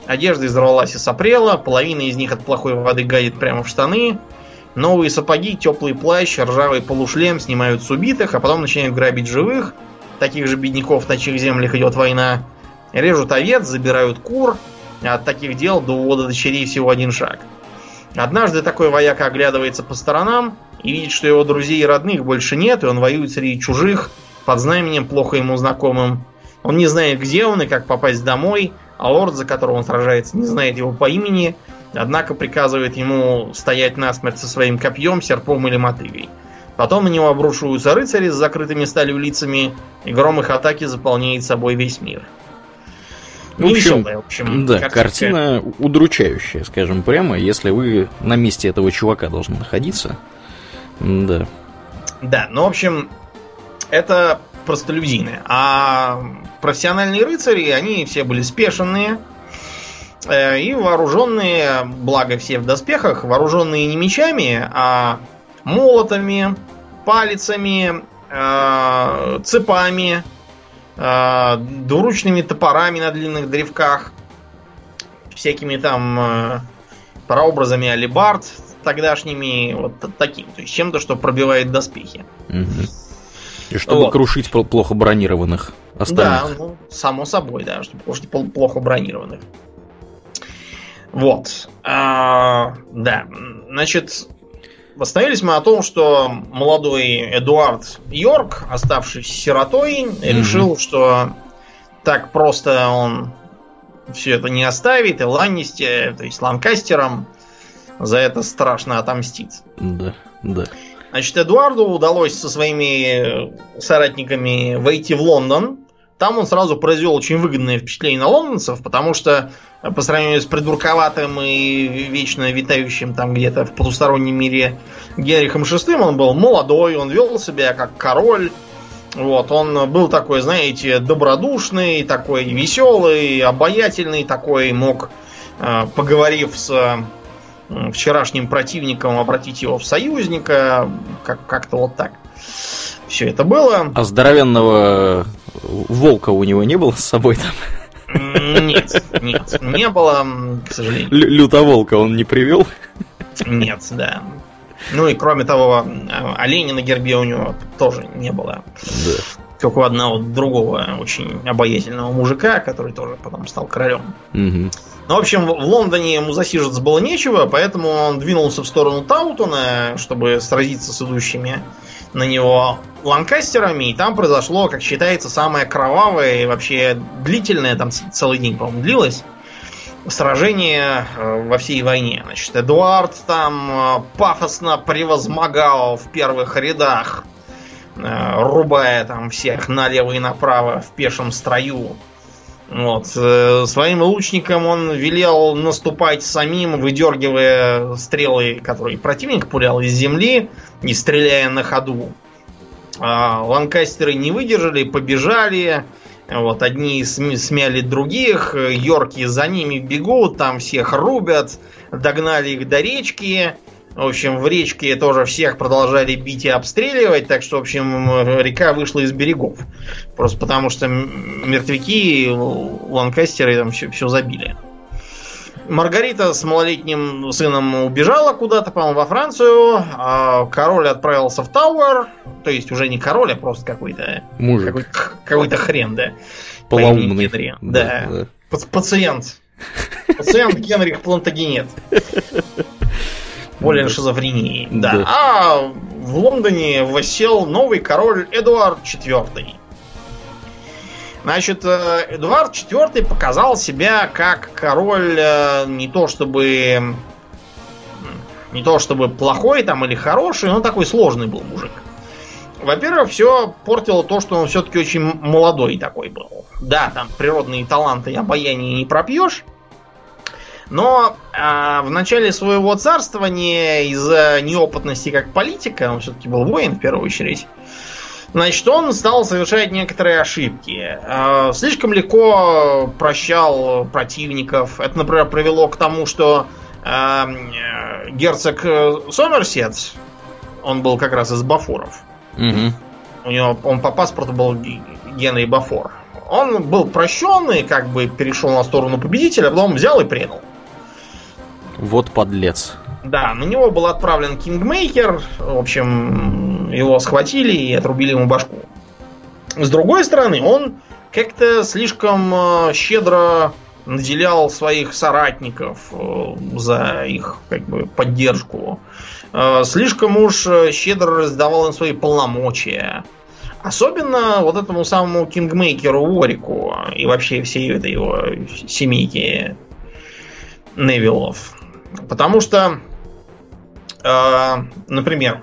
Одежда изорвалась и сопрела, половина из них от плохой воды гадит прямо в штаны. Новые сапоги, теплый плащ, ржавый полушлем снимают с убитых, а потом начинают грабить живых. Таких же бедняков, на чьих землях идет война. Режут овец, забирают кур. А от таких дел до увода дочерей всего один шаг. Однажды такой вояка оглядывается по сторонам и видит, что его друзей и родных больше нет, и он воюет среди чужих, под знаменем, плохо ему знакомым. Он не знает, где он и как попасть домой, а лорд, за которого он сражается, не знает его по имени, однако приказывает ему стоять насмерть со своим копьем, серпом или мотыгой. Потом на него обрушиваются рыцари с закрытыми сталью лицами, и гром их атаки заполняет собой весь мир. В общем, да, картина удручающая, скажем прямо, если вы на месте этого чувака должны находиться. Да. Да, ну, в общем, это простолюдины. А профессиональные рыцари, они все были спешенные и вооруженные, благо все в доспехах, вооруженные не мечами, а молотами, палицами, цепами, двуручными топорами на длинных древках, всякими там прообразами алебард тогдашними, вот таким, то есть чем-то, что пробивает доспехи. И чтобы крушить плохо бронированных остальных. Да, ну, само собой, да, чтобы крушить плохо бронированных. Вот. Да, значит, восстановились мы о том, что молодой Эдуард Йорк, оставшись сиротой, решил, что так просто он все это не оставит, и Ланнисте, то есть Ланкастерам, за это страшно отомстит. Да, да. Значит, Эдуарду удалось со своими соратниками войти в Лондон. Там он сразу произвел очень выгодное впечатление на лондонцев, потому что по сравнению с придурковатым и вечно витающим там где-то в потустороннем мире Генрихом VI, он был молодой, он вел себя как король. Вот, он был такой, знаете, добродушный, такой веселый, обаятельный, такой мог, поговорив с вчерашним противником, обратить его в союзника, как-то вот так. Все это было. А здоровенного волка у него не было с собой там? Нет, не было, к сожалению. Лютоволка он не привел? Нет, да. Ну и кроме того, оленя на гербе у него тоже не было. Да. Как у одного другого очень обаятельного мужика, который тоже потом стал королем. Угу. Ну, в общем, в Лондоне ему засиживаться было нечего, поэтому он двинулся в сторону Таутона, чтобы сразиться с идущими на него ланкастерами. И там произошло, как считается, самое кровавое и вообще длительное, там целый день, по-моему, длилось, сражение во всей войне. Значит, Эдуард там пафосно превозмогал в первых рядах, рубая там всех налево и направо в пешем строю. Вот. Своим лучникам он велел наступать самим, выдергивая стрелы, которые противник пулял из земли, и стреляя на ходу. Ланкастеры не выдержали, побежали. Вот, одни смяли других, йорки за ними бегут, там всех рубят, догнали их до речки. В общем, в речке тоже всех продолжали бить и обстреливать, так что, в общем, река вышла из берегов. Просто потому что мертвяки, ланкастеры там все забили. Маргарита с малолетним сыном убежала куда-то, по-моему, во Францию. А король отправился в Тауэр. То есть уже не король, а просто какой-то мужик. Какой-то хрен, да. Полоумный. Да. Пациент. Пациент Генрих Плантагенет. Болен шизофренией. Да. А в Лондоне воссел новый король Эдуард IV. Значит, Эдуард IV показал себя как король не то чтобы плохой там или хороший, но такой сложный был мужик. Во-первых, все портило то, что он все-таки очень молодой такой был. Да, там природные таланты и обаяние не пропьешь. Но в начале своего царствования из-за неопытности как политика, он все-таки был воин в первую очередь, значит, он стал совершать некоторые ошибки. Слишком легко прощал противников. Это, например, привело к тому, что герцог Сомерсет, он был как раз из Бафоров. Угу. Он по паспорту был Генри Бафор. он был прощен и как бы перешел на сторону победителя, а потом взял и предал. Вот подлец. Да, на него был отправлен Кингмейкер. В общем, его схватили и отрубили ему башку. С другой стороны, он как-то слишком щедро наделял своих соратников за их как бы поддержку. Слишком уж щедро раздавал им свои полномочия. Особенно вот этому самому Кингмейкеру Уорику и вообще всей этой его семейке Невиллов. Потому что, например,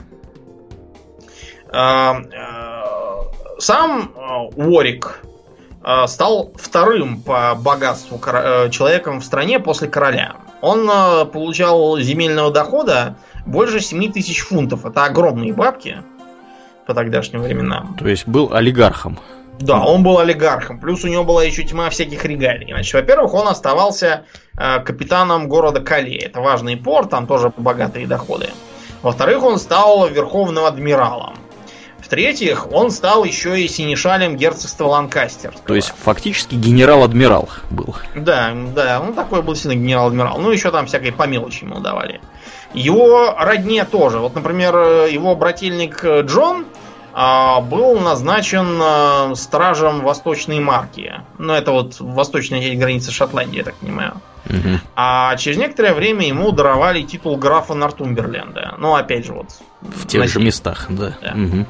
сам Уорик стал вторым по богатству человеком в стране после короля. Он получал земельного дохода больше 7000 фунтов. Это огромные бабки по тогдашним временам. То есть был олигархом. Да, он был олигархом. Плюс у него была еще тьма всяких регалий. Значит, во-первых, он оставался капитаном города Кале. Это важный порт, там тоже богатые доходы. Во-вторых, он стал верховным адмиралом. В-третьих, он стал еще и синешалем герцогства Ланкастерского. То есть фактически генерал-адмирал был. Да, он такой был сильно генерал-адмирал. Ну, еще там всякой по мелочи ему давали. Его родне тоже. Вот, например, его брательник Джон был назначен стражем Восточной Марки. Ну, это вот восточная граница Шотландии, я так понимаю. Угу. А через некоторое время ему даровали титул графа Нортумберленда. Ну, опять же, вот. В тех же местах, да. Угу.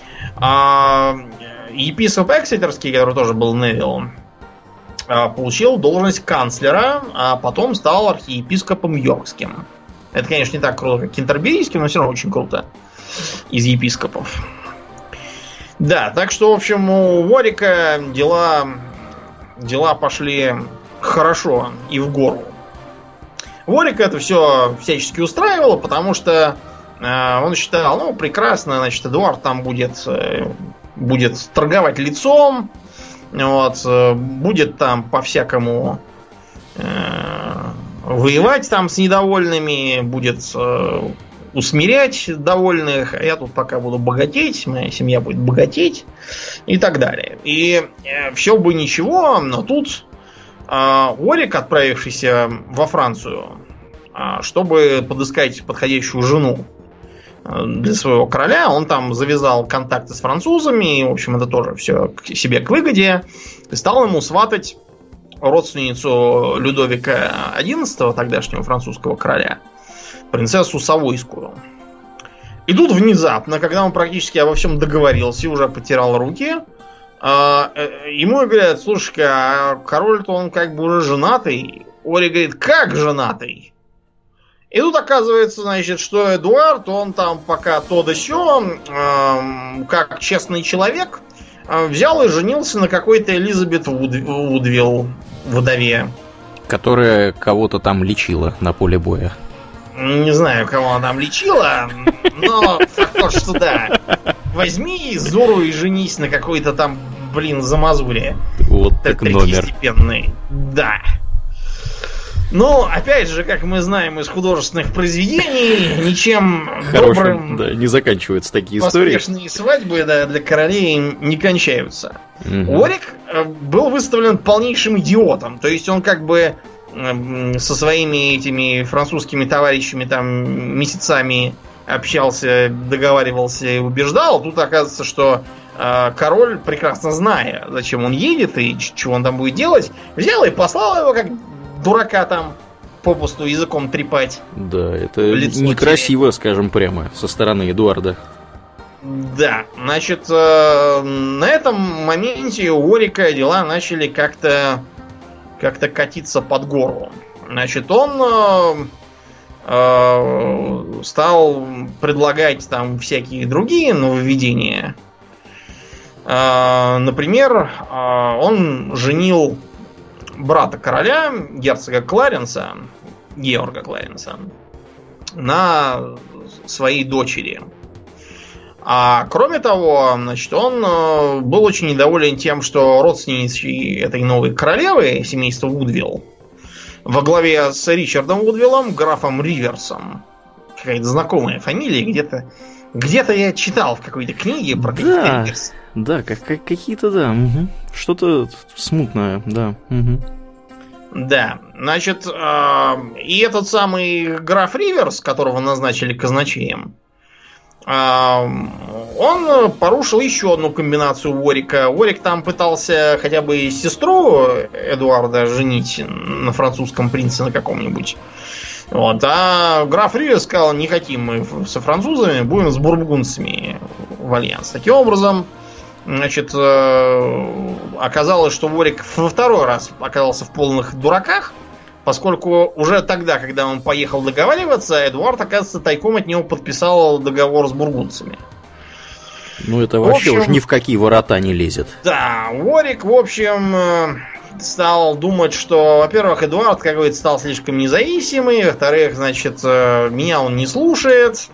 Епископ Эксетерский, который тоже был Невилл, получил должность канцлера, а потом стал архиепископом Йоркским. Это, конечно, не так круто, как Кентерберийским, но все равно очень круто. Из епископов. Да, так что, в общем, у Уорика дела пошли хорошо и в гору. Уорика это все всячески устраивало, потому что он считал, ну, прекрасно, значит, Эдуард там будет торговать лицом, вот, будет там по-всякому воевать там с недовольными, будет усмирять довольных, а я тут пока буду богатеть, моя семья будет богатеть и так далее. И все бы ничего, но тут Уорик, отправившийся во Францию, чтобы подыскать подходящую жену для своего короля, он там завязал контакты с французами, и, в общем, это тоже все себе к выгоде, и стал ему сватать родственницу Людовика XI, тогдашнего французского короля, принцессу Савойскую. И тут внезапно, когда он практически обо всем договорился и уже потирал руки, ему говорят: слушай-ка, а король-то он как бы уже женатый. Ори говорит: как женатый? И тут оказывается, значит, что Эдуард, он там пока то да сё, как честный человек, взял и женился на какой-то Элизабет Вудвилл, вдове. Которая кого-то там лечила на поле боя. Не знаю, кого она там лечила, но факт тот, что да. Возьми Зору и женись на какой-то там, замазуре. Вот так номер. Да. Но, опять же, как мы знаем из художественных произведений, ничем добрым... Да, не заканчиваются такие истории. Поспешные свадьбы, да, для королей не кончаются. Уорик был выставлен полнейшим идиотом. То есть он как бы со своими этими французскими товарищами там месяцами общался, договаривался и убеждал. Тут оказывается, что король, прекрасно зная, зачем он едет и чего он там будет делать, взял и послал его как дурака там попусту языком трепать. Да, это некрасиво, скажем прямо, со стороны Эдуарда. Да, значит, на этом моменте у Уорика дела начали как-то катиться под гору. Значит, он стал предлагать там всякие другие нововведения. Например, он женил брата короля, герцога Кларенса, Георга Кларенса, на своей дочери. А кроме того, значит, он был очень недоволен тем, что родственницей этой новой королевы, семейства Вудвилл, во главе с Ричардом Вудвиллом, графом Риверсом, какая-то знакомая фамилия, где-то я читал в какой-то книге про каких-то Риверс. Да, какие-то, да. Угу. Что-то смутное, да. Угу. Да, значит, и этот самый граф Риверс, которого назначили казначеем, он порушил еще одну комбинацию Уорика. Уорик там пытался хотя бы сестру Эдуарда женить на французском принце на каком-нибудь. Вот. А граф Риверс сказал, не хотим мы со французами, будем с бургундцами в альянс. Таким образом, значит, оказалось, что Уорик во второй раз оказался в полных дураках, поскольку уже тогда, когда он поехал договариваться, Эдуард, оказывается, тайком от него подписал договор с бургундцами. Ну, это вообще уж ни в какие ворота не лезет. Да, Уорик, в общем, стал думать, что, во-первых, Эдуард, как говорится, стал слишком независимый, во-вторых, значит, меня он не слушает,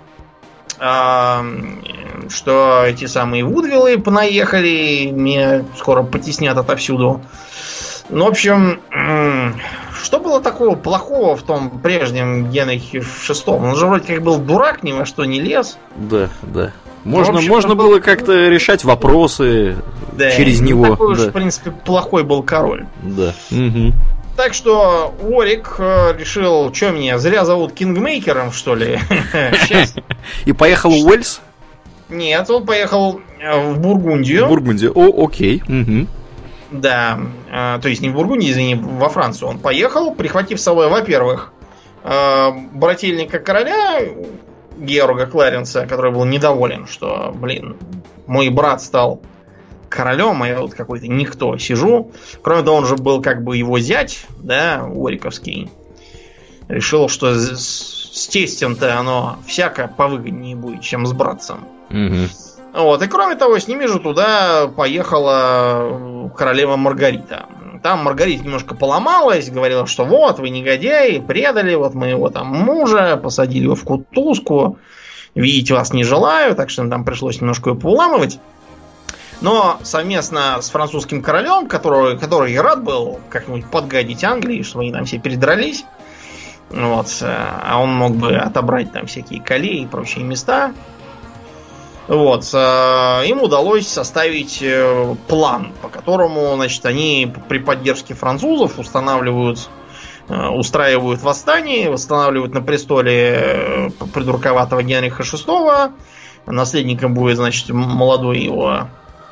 что эти самые Вудвиллы понаехали, меня скоро потеснят отовсюду. Ну, в общем, что было такого плохого в том прежнем Генрихе VI? Он же вроде как был дурак, ни во что не лез. Да, да. Можно было как-то решать вопросы через него. Такой уж, в принципе, плохой был король. Да. Угу. Так что Уорик решил, что меня, зря зовут кингмейкером, что ли? И поехал в Уэльс? Нет, он поехал в Бургундию. В Бургундию, окей. Да, то есть не в Бургундии, извини, во Францию он поехал, прихватив с собой, во-первых, брательника короля Георга Кларенса, который был недоволен, что, мой брат стал королем, а я вот какой-то никто сижу. Кроме того, он же был как бы его зять, да, Уориковский. Решил, что с тестем-то оно всяко повыгоднее будет, чем с братцем. Вот, и кроме того, с ними же туда поехала королева Маргарита. Там Маргарита немножко поломалась, говорила, что вот, вы негодяи, предали вот моего там мужа, посадили его в кутузку, видеть вас не желаю, так что там пришлось немножко ее поуламывать. Но совместно с французским королем, который и рад был как-нибудь подгадить Англии, чтобы они там все передрались, вот, а он мог бы отобрать там всякие Кале и прочие места. Вот, им удалось составить план, по которому, значит, они при поддержке французов устраивают восстание, восстанавливают на престоле придурковатого Генриха VI. Наследником будет, значит, молодой его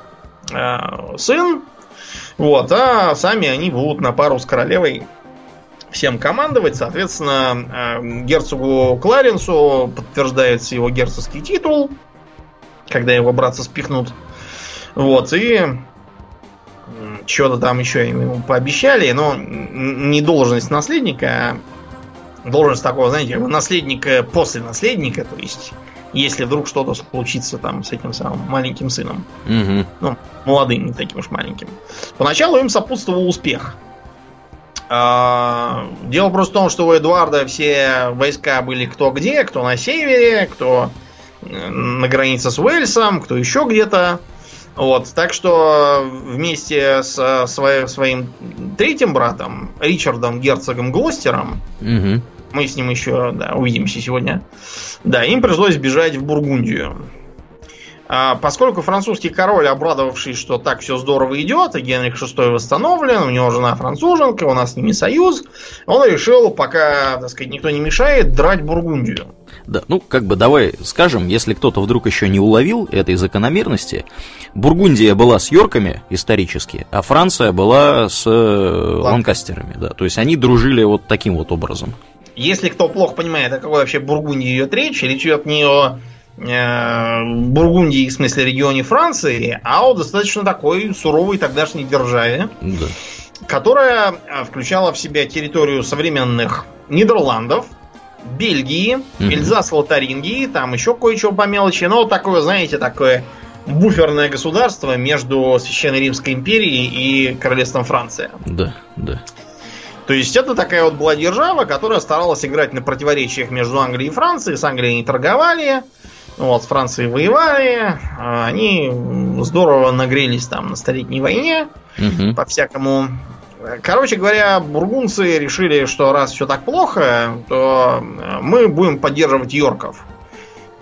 сын. Вот, а сами они будут на пару с королевой всем командовать. Соответственно, герцогу Кларенсу подтверждается его герцогский титул, когда его братца спихнут. Вот, и что-то там еще ему пообещали, но не должность наследника, а должность такого, знаете, наследника после наследника, то есть, если вдруг что-то случится там с этим самым маленьким сыном. Угу. Ну, молодым, не таким уж маленьким. Поначалу им сопутствовал успех. Дело просто в том, что у Эдуарда все войска были кто где, кто на севере, кто на границе с Уэльсом, кто еще где-то. Вот, так что вместе с своим третьим братом, Ричардом герцогом Глостером, мы с ним еще увидимся сегодня, им пришлось бежать в Бургундию. Поскольку французский король, обрадовавшись, что так все здорово идет, и Генрих VI восстановлен, у него жена француженка, у нас с ними союз, он решил, пока, так сказать, никто не мешает, драть Бургундию. Да, ну, как бы давай скажем, если кто-то вдруг еще не уловил этой закономерности, Бургундия была с Йорками исторически, а Франция была с Ланкастерами, да, то есть они дружили вот таким вот образом. Если кто плохо понимает, о какой вообще Бургундии идет речь идет не о Бургундии, в смысле регионе Франции, а о достаточно такой суровой тогдашней державе, которая включала в себя территорию современных Нидерландов, Бельгии, Эльзас-Лотарингии, там еще кое-что по мелочи, но такое, знаете, такое буферное государство между Священной Римской империей и Королевством Франция. Да, да. То есть это такая вот была держава, которая старалась играть на противоречиях между Англией и Францией. С Англией они торговали, вот, с Францией воевали. Они здорово нагрелись там на Столетней войне, по-всякому. Короче говоря, бургундцы решили, что раз все так плохо, то мы будем поддерживать Йорков.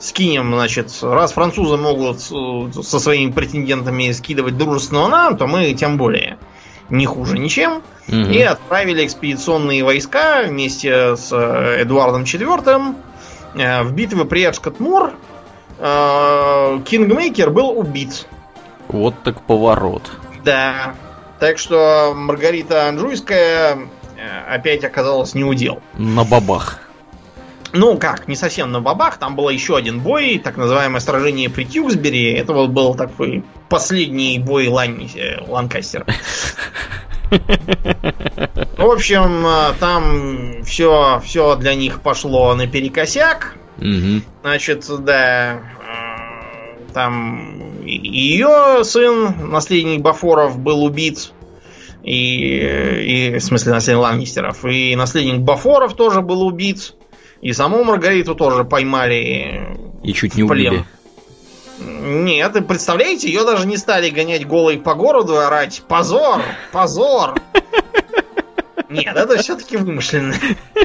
скинем, значит, раз французы могут со своими претендентами скидывать дружественно нам, то мы тем более не хуже ничем. И отправили экспедиционные войска вместе с Эдуардом IV в битву при Эджкот-Мур. Кингмейкер был убит. Вот так поворот. Да. Так что Маргарита Анжуйская опять оказалась неудел. На бабах. Ну как, не совсем на бабах. Там был еще один бой, так называемое сражение при Тьюксбери. Это вот был такой последний бой Ланкастера. В общем, там все для них пошло наперекосяк. Значит, да, там ее сын, наследник Бафоров, был убит. И в смысле, наследник Ланнистеров. И наследник Бафоров тоже был убит. И саму Маргариту тоже поймали. И чуть не убили. Нет, и представляете, ее даже не стали гонять голой по городу и орать: позор, позор. Нет, это все-таки вымышленно.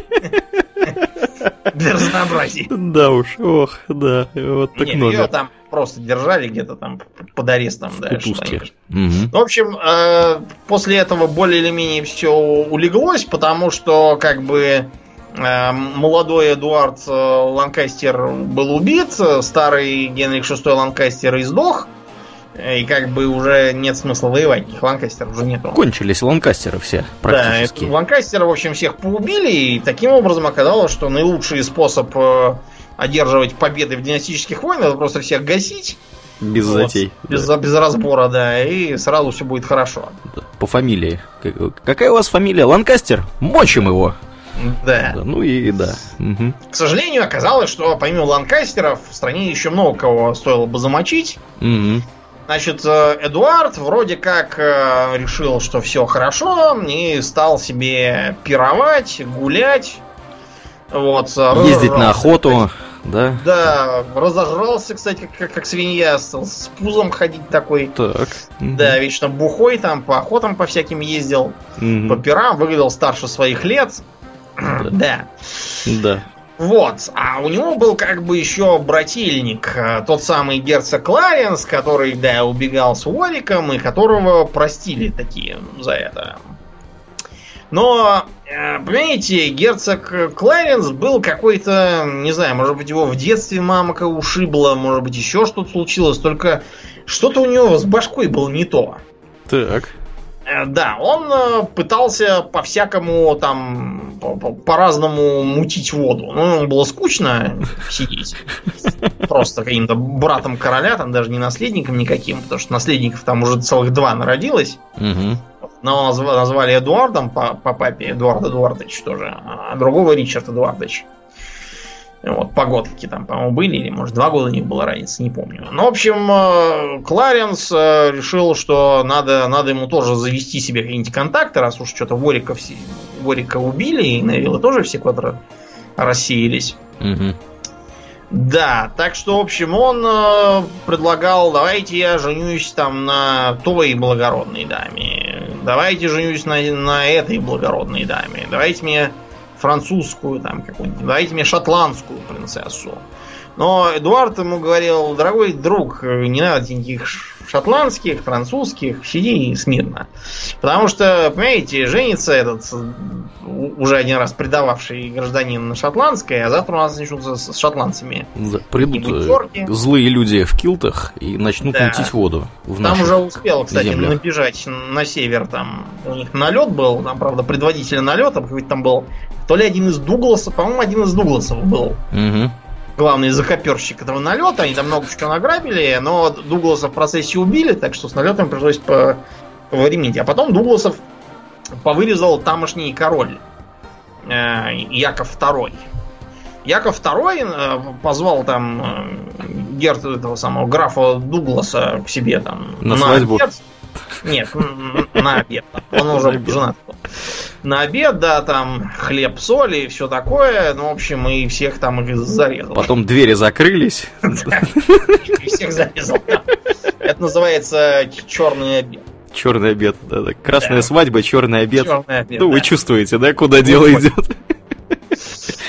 Для разнообразия. Да уж, ох, да. Вот так нет, ее там просто держали где-то там под арестом. Да, в общем, после этого более или менее все улеглось, потому что как бы молодой Эдуард Ланкастер был убит, старый Генрих VI Ланкастер издох, и как бы уже нет смысла воевать, их Ланкастеров уже нету. Кончились Ланкастеры все практически. Да, Ланкастеры, в общем, всех поубили, и таким образом оказалось, что наилучший способ одерживать победы в династических войнах — это просто всех гасить. Без затей. Без разбора, да, и сразу все будет хорошо. Да, по фамилии. Какая у вас фамилия? Ланкастер? Мочим его! Да. Ну и да. К сожалению, оказалось, что помимо Ланкастеров в стране еще много кого стоило бы замочить. Значит, Эдуард вроде как решил, что все хорошо, и стал себе пировать, гулять. Вот, ездить на охоту, да? Да, разожрался, кстати, как свинья, стал с пузом ходить такой. Так. Да, вечно бухой, там по охотам по всяким ездил, по пирам, выглядел старше своих лет. Да. Да. Вот. А у него был как бы еще брательник, тот самый герцог Кларенс, который, да, убегал с Уориком, и которого простили такие за это. Но, понимаете, герцог Кларенс был какой-то, не знаю, может быть, его в детстве мамка ушибла, может быть, еще что-то случилось, только что-то у него с башкой было не то. Так. Да, он пытался по-всякому там, по-разному мутить воду. Ну, ему было скучно сидеть. Просто каким-то братом короля, там даже не наследником никаким, потому что наследников там уже целых 2 народилось. Но назвали Эдуардом по папе, Эдуард Эдуардович тоже, а другого Ричард Эдуардович. Вот, погодки там, по-моему, были, или, может, 2 года у них была разница, не помню. Ну, в общем, Кларенс решил, что надо ему тоже завести себе какие-нибудь контакты, раз уж что-то Ворика убили, и Невилла тоже все куда-то рассеялись. Да, так что, в общем, он предлагал: давайте я женюсь там на той благородной даме, давайте женюсь на этой благородной даме, давайте мне французскую там какую-нибудь, давайте мне шотландскую принцессу. Но Эдуард ему говорил: дорогой друг, не надо никаких шотландских, французских, сиди смирно. Потому что, понимаете, женится этот уже один раз предававший гражданин на шотландской, а завтра у нас начнутся с шотландцами. Да, придут злые люди в килтах и начнут мутить воду. Там уже успел, кстати, набежать на север. Там у них налет был, там, правда, предводитель налета какой-то там был. То ли один из Дугласов, по-моему, один из Дугласов был. Главный закоперщик этого налета. Они там много чего награбили, но Дугласа в процессе убили, так что с налетом пришлось повременить. А потом Дугласов повырезал тамошний король Яков II. Яков II позвал там этого самого графа Дугласа к себе там на свадьбу. Обед. Нет, на обед. Он уже женат был. На обед, да, там хлеб, соль и все такое. Ну, в общем, и всех там их зарезал. Потом двери закрылись. И всех зарезал. Это называется черный обед. Черный обед, да. Красная свадьба, черный обед. Черный обед. Ну, вы чувствуете, да, куда дело идет?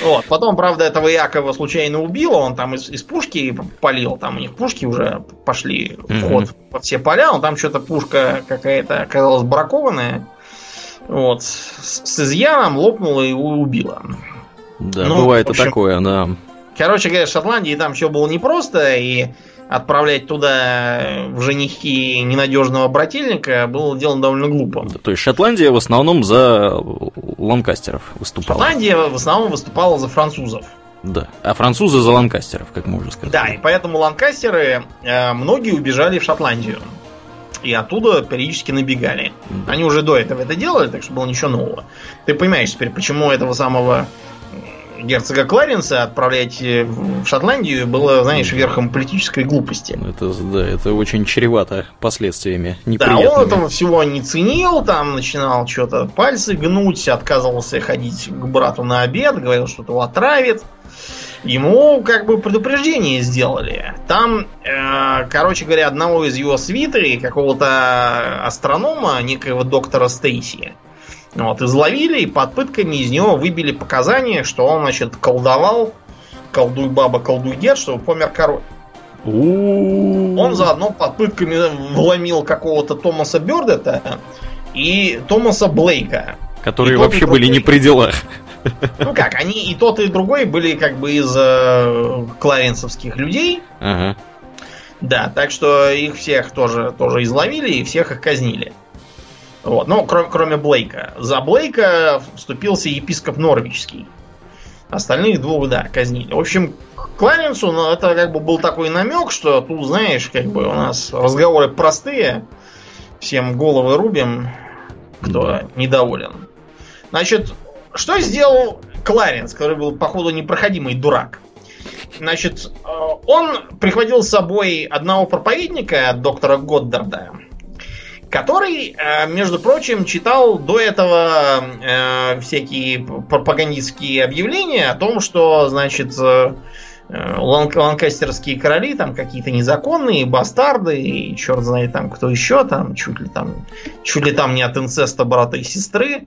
Вот. Потом, правда, этого Якова случайно убило, он там из пушки палил, там у них пушки уже пошли в ход по все поля, но там что-то пушка какая-то оказалась бракованная, вот, с изъяном лопнула и его убила. Да, бывает и такое, да. Короче говоря, в Шотландии там все было непросто, и отправлять туда в женихи ненадежного брательника было делом довольно глупым. Да, то есть Шотландия в основном за ланкастеров выступала. Шотландия в основном выступала за французов. Да, а французы за ланкастеров, как мы уже сказали. Да, и поэтому ланкастеры, многие убежали в Шотландию. И оттуда периодически набегали. Да. Они уже до этого это делали, так что было ничего нового. Ты понимаешь теперь, почему этого самого герцога Кларенса отправлять в Шотландию было, знаешь, верхом политической глупости. Это очень чревато последствиями неприятными. Да, он этого всего не ценил, там начинал что-то пальцы гнуть, отказывался ходить к брату на обед, говорил, что его отравит. Ему как бы предупреждение сделали. Там, короче говоря, одного из его свиты, какого-то астронома, некоего доктора Стейси, вот, изловили и под пытками из него выбили показания, что он, значит, колдовал, колдуй баба, колдуй дед, чтобы помер король. Он заодно под пытками вломил какого-то Томаса Бёрдета и Томаса Блейка. Которые вообще были не при делах. Ну как, они и тот, и другой были как бы из кларенсовских людей. Ага. Да, так что их всех тоже изловили и всех их казнили. Вот. Ну, кроме Блейка. За Блейка вступился епископ Норвичский. Остальных двух, да, казнили. В общем, Кларенсу, ну, это как бы был такой намек, что тут, знаешь, как бы у нас разговоры простые. Всем головы рубим, кто недоволен. Значит, что сделал Кларенс, который был, походу, непроходимый дурак? Значит, он прихватил с собой одного проповедника, доктора Годдарда, который, между прочим, читал до этого всякие пропагандистские объявления о том, что, значит, ланкастерские короли там какие-то незаконные, бастарды, и черт знает там кто еще, там чуть ли там не от инцеста брата и сестры.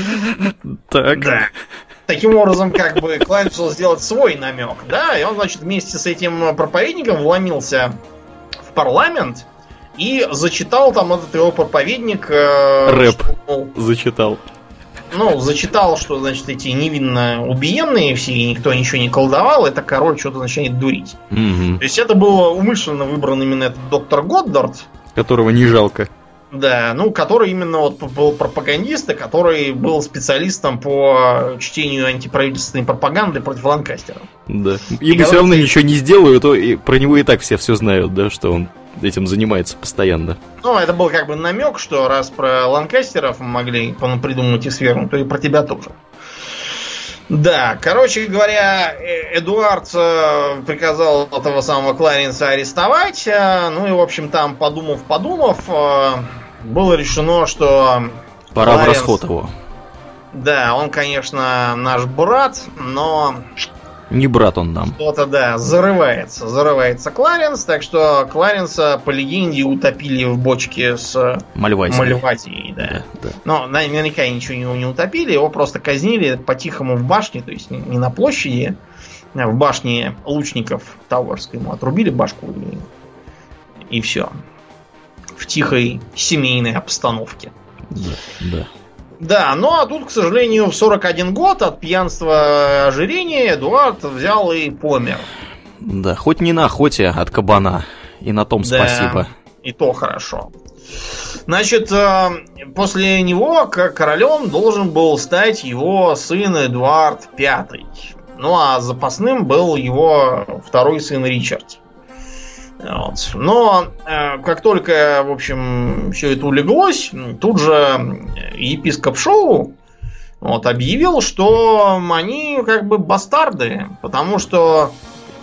Так. Да. Таким образом, как бы Клайн решил сделать свой намек, да, и он, значит, вместе с этим проповедником вломился в парламент и зачитал там этот его проповедник... Рэп зачитал. Ну, зачитал, что, значит, эти невинно убиенные все, и никто ничего не колдовал, это король что-то начинает дурить. Угу. То есть это было умышленно выбран именно этот доктор Годдард. Которого не жалко. Да, ну, который именно вот был пропагандист, который был специалистом по чтению антиправительственной пропаганды против ланкастеров. Да. Ему все равно ничего не сделают, то и про него и так все знают, да, что он этим занимается постоянно. Ну, это был как бы намек, что раз про ланкастеров могли придумать и свергнуть, то и про тебя тоже. Да, короче говоря, Эдуард приказал этого самого Кларенса арестовать. Ну и, в общем, там, подумав, было решено, что... Пора в расход его. Да, он, конечно, наш брат, но... Не брат он нам. Что-то, да, зарывается Кларенс, так что Кларенса, по легенде, утопили в бочке с Мальвазией, да. Но наверняка ничего не утопили, его просто казнили по-тихому в башне, то есть не на площади, а в башне лучников Тауэрской. Ему отрубили башку и все. В тихой семейной обстановке. Да. Да, ну а тут, к сожалению, в 41 год от пьянства ожирения Эдуард взял и помер. Да, хоть не на охоте от кабана. И на том спасибо. И то хорошо. Значит, после него королем должен был стать его сын Эдуард V. Ну а запасным был его второй сын Ричард. Вот. Но как только, в общем, все это улеглось, тут же епископ Шоу объявил, что они как бы бастарды, потому что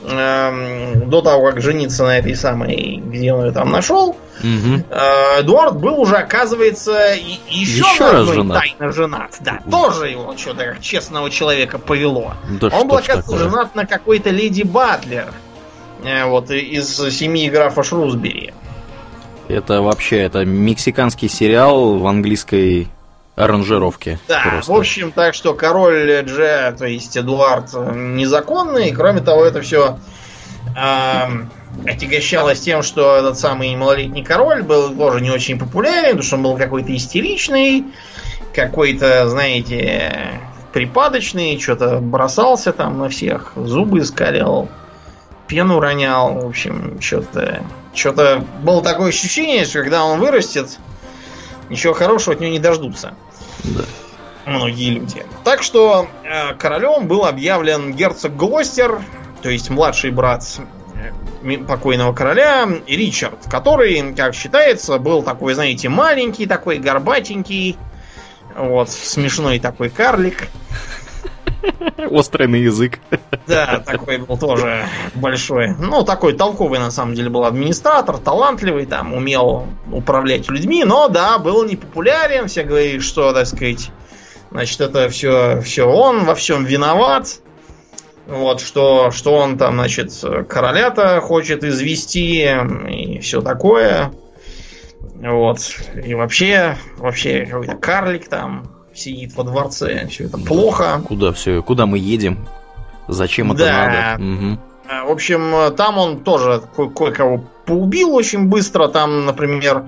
до того, как жениться на этой самой, где он ее там нашел, Эдуард был уже, оказывается, еще на одной тайно женат. Да, тоже его что-то как честного человека повело. Да, он был, оказывается, женат на какой-то леди Батлер. Вот, из семьи графа Шрусбери. Это вообще, это мексиканский сериал в английской аранжировки. Да, просто. В общем, так что король Дже, то есть Эдуард, незаконный. Кроме того, это все отягощалось тем, что этот самый малолетний король был тоже не очень популярен, потому что он был какой-то истеричный, какой-то, знаете, припадочный, что-то бросался там на всех, зубы скалил, пену ронял, в общем, что-то было такое ощущение, что когда он вырастет, ничего хорошего от него не дождутся. Да. Многие люди. Так что королем был объявлен герцог Глостер, то есть младший брат покойного короля, Ричард, который, как считается, был такой, знаете, маленький, такой горбатенький, вот, смешной такой карлик. Острый на язык. Да, такой был тоже большой. Ну, такой толковый, на самом деле, был администратор, талантливый, там, умел управлять людьми, но, да, был непопулярен. Все говорили, что, так сказать, значит, это все он во всем виноват. Вот, что он там, значит, короля-то хочет извести и все такое. Вот. И вообще какой-то карлик там сидит во дворце. Все это плохо. Куда мы едем? Зачем это надо? Угу. В общем, там он тоже кое-кого поубил очень быстро. Там, например,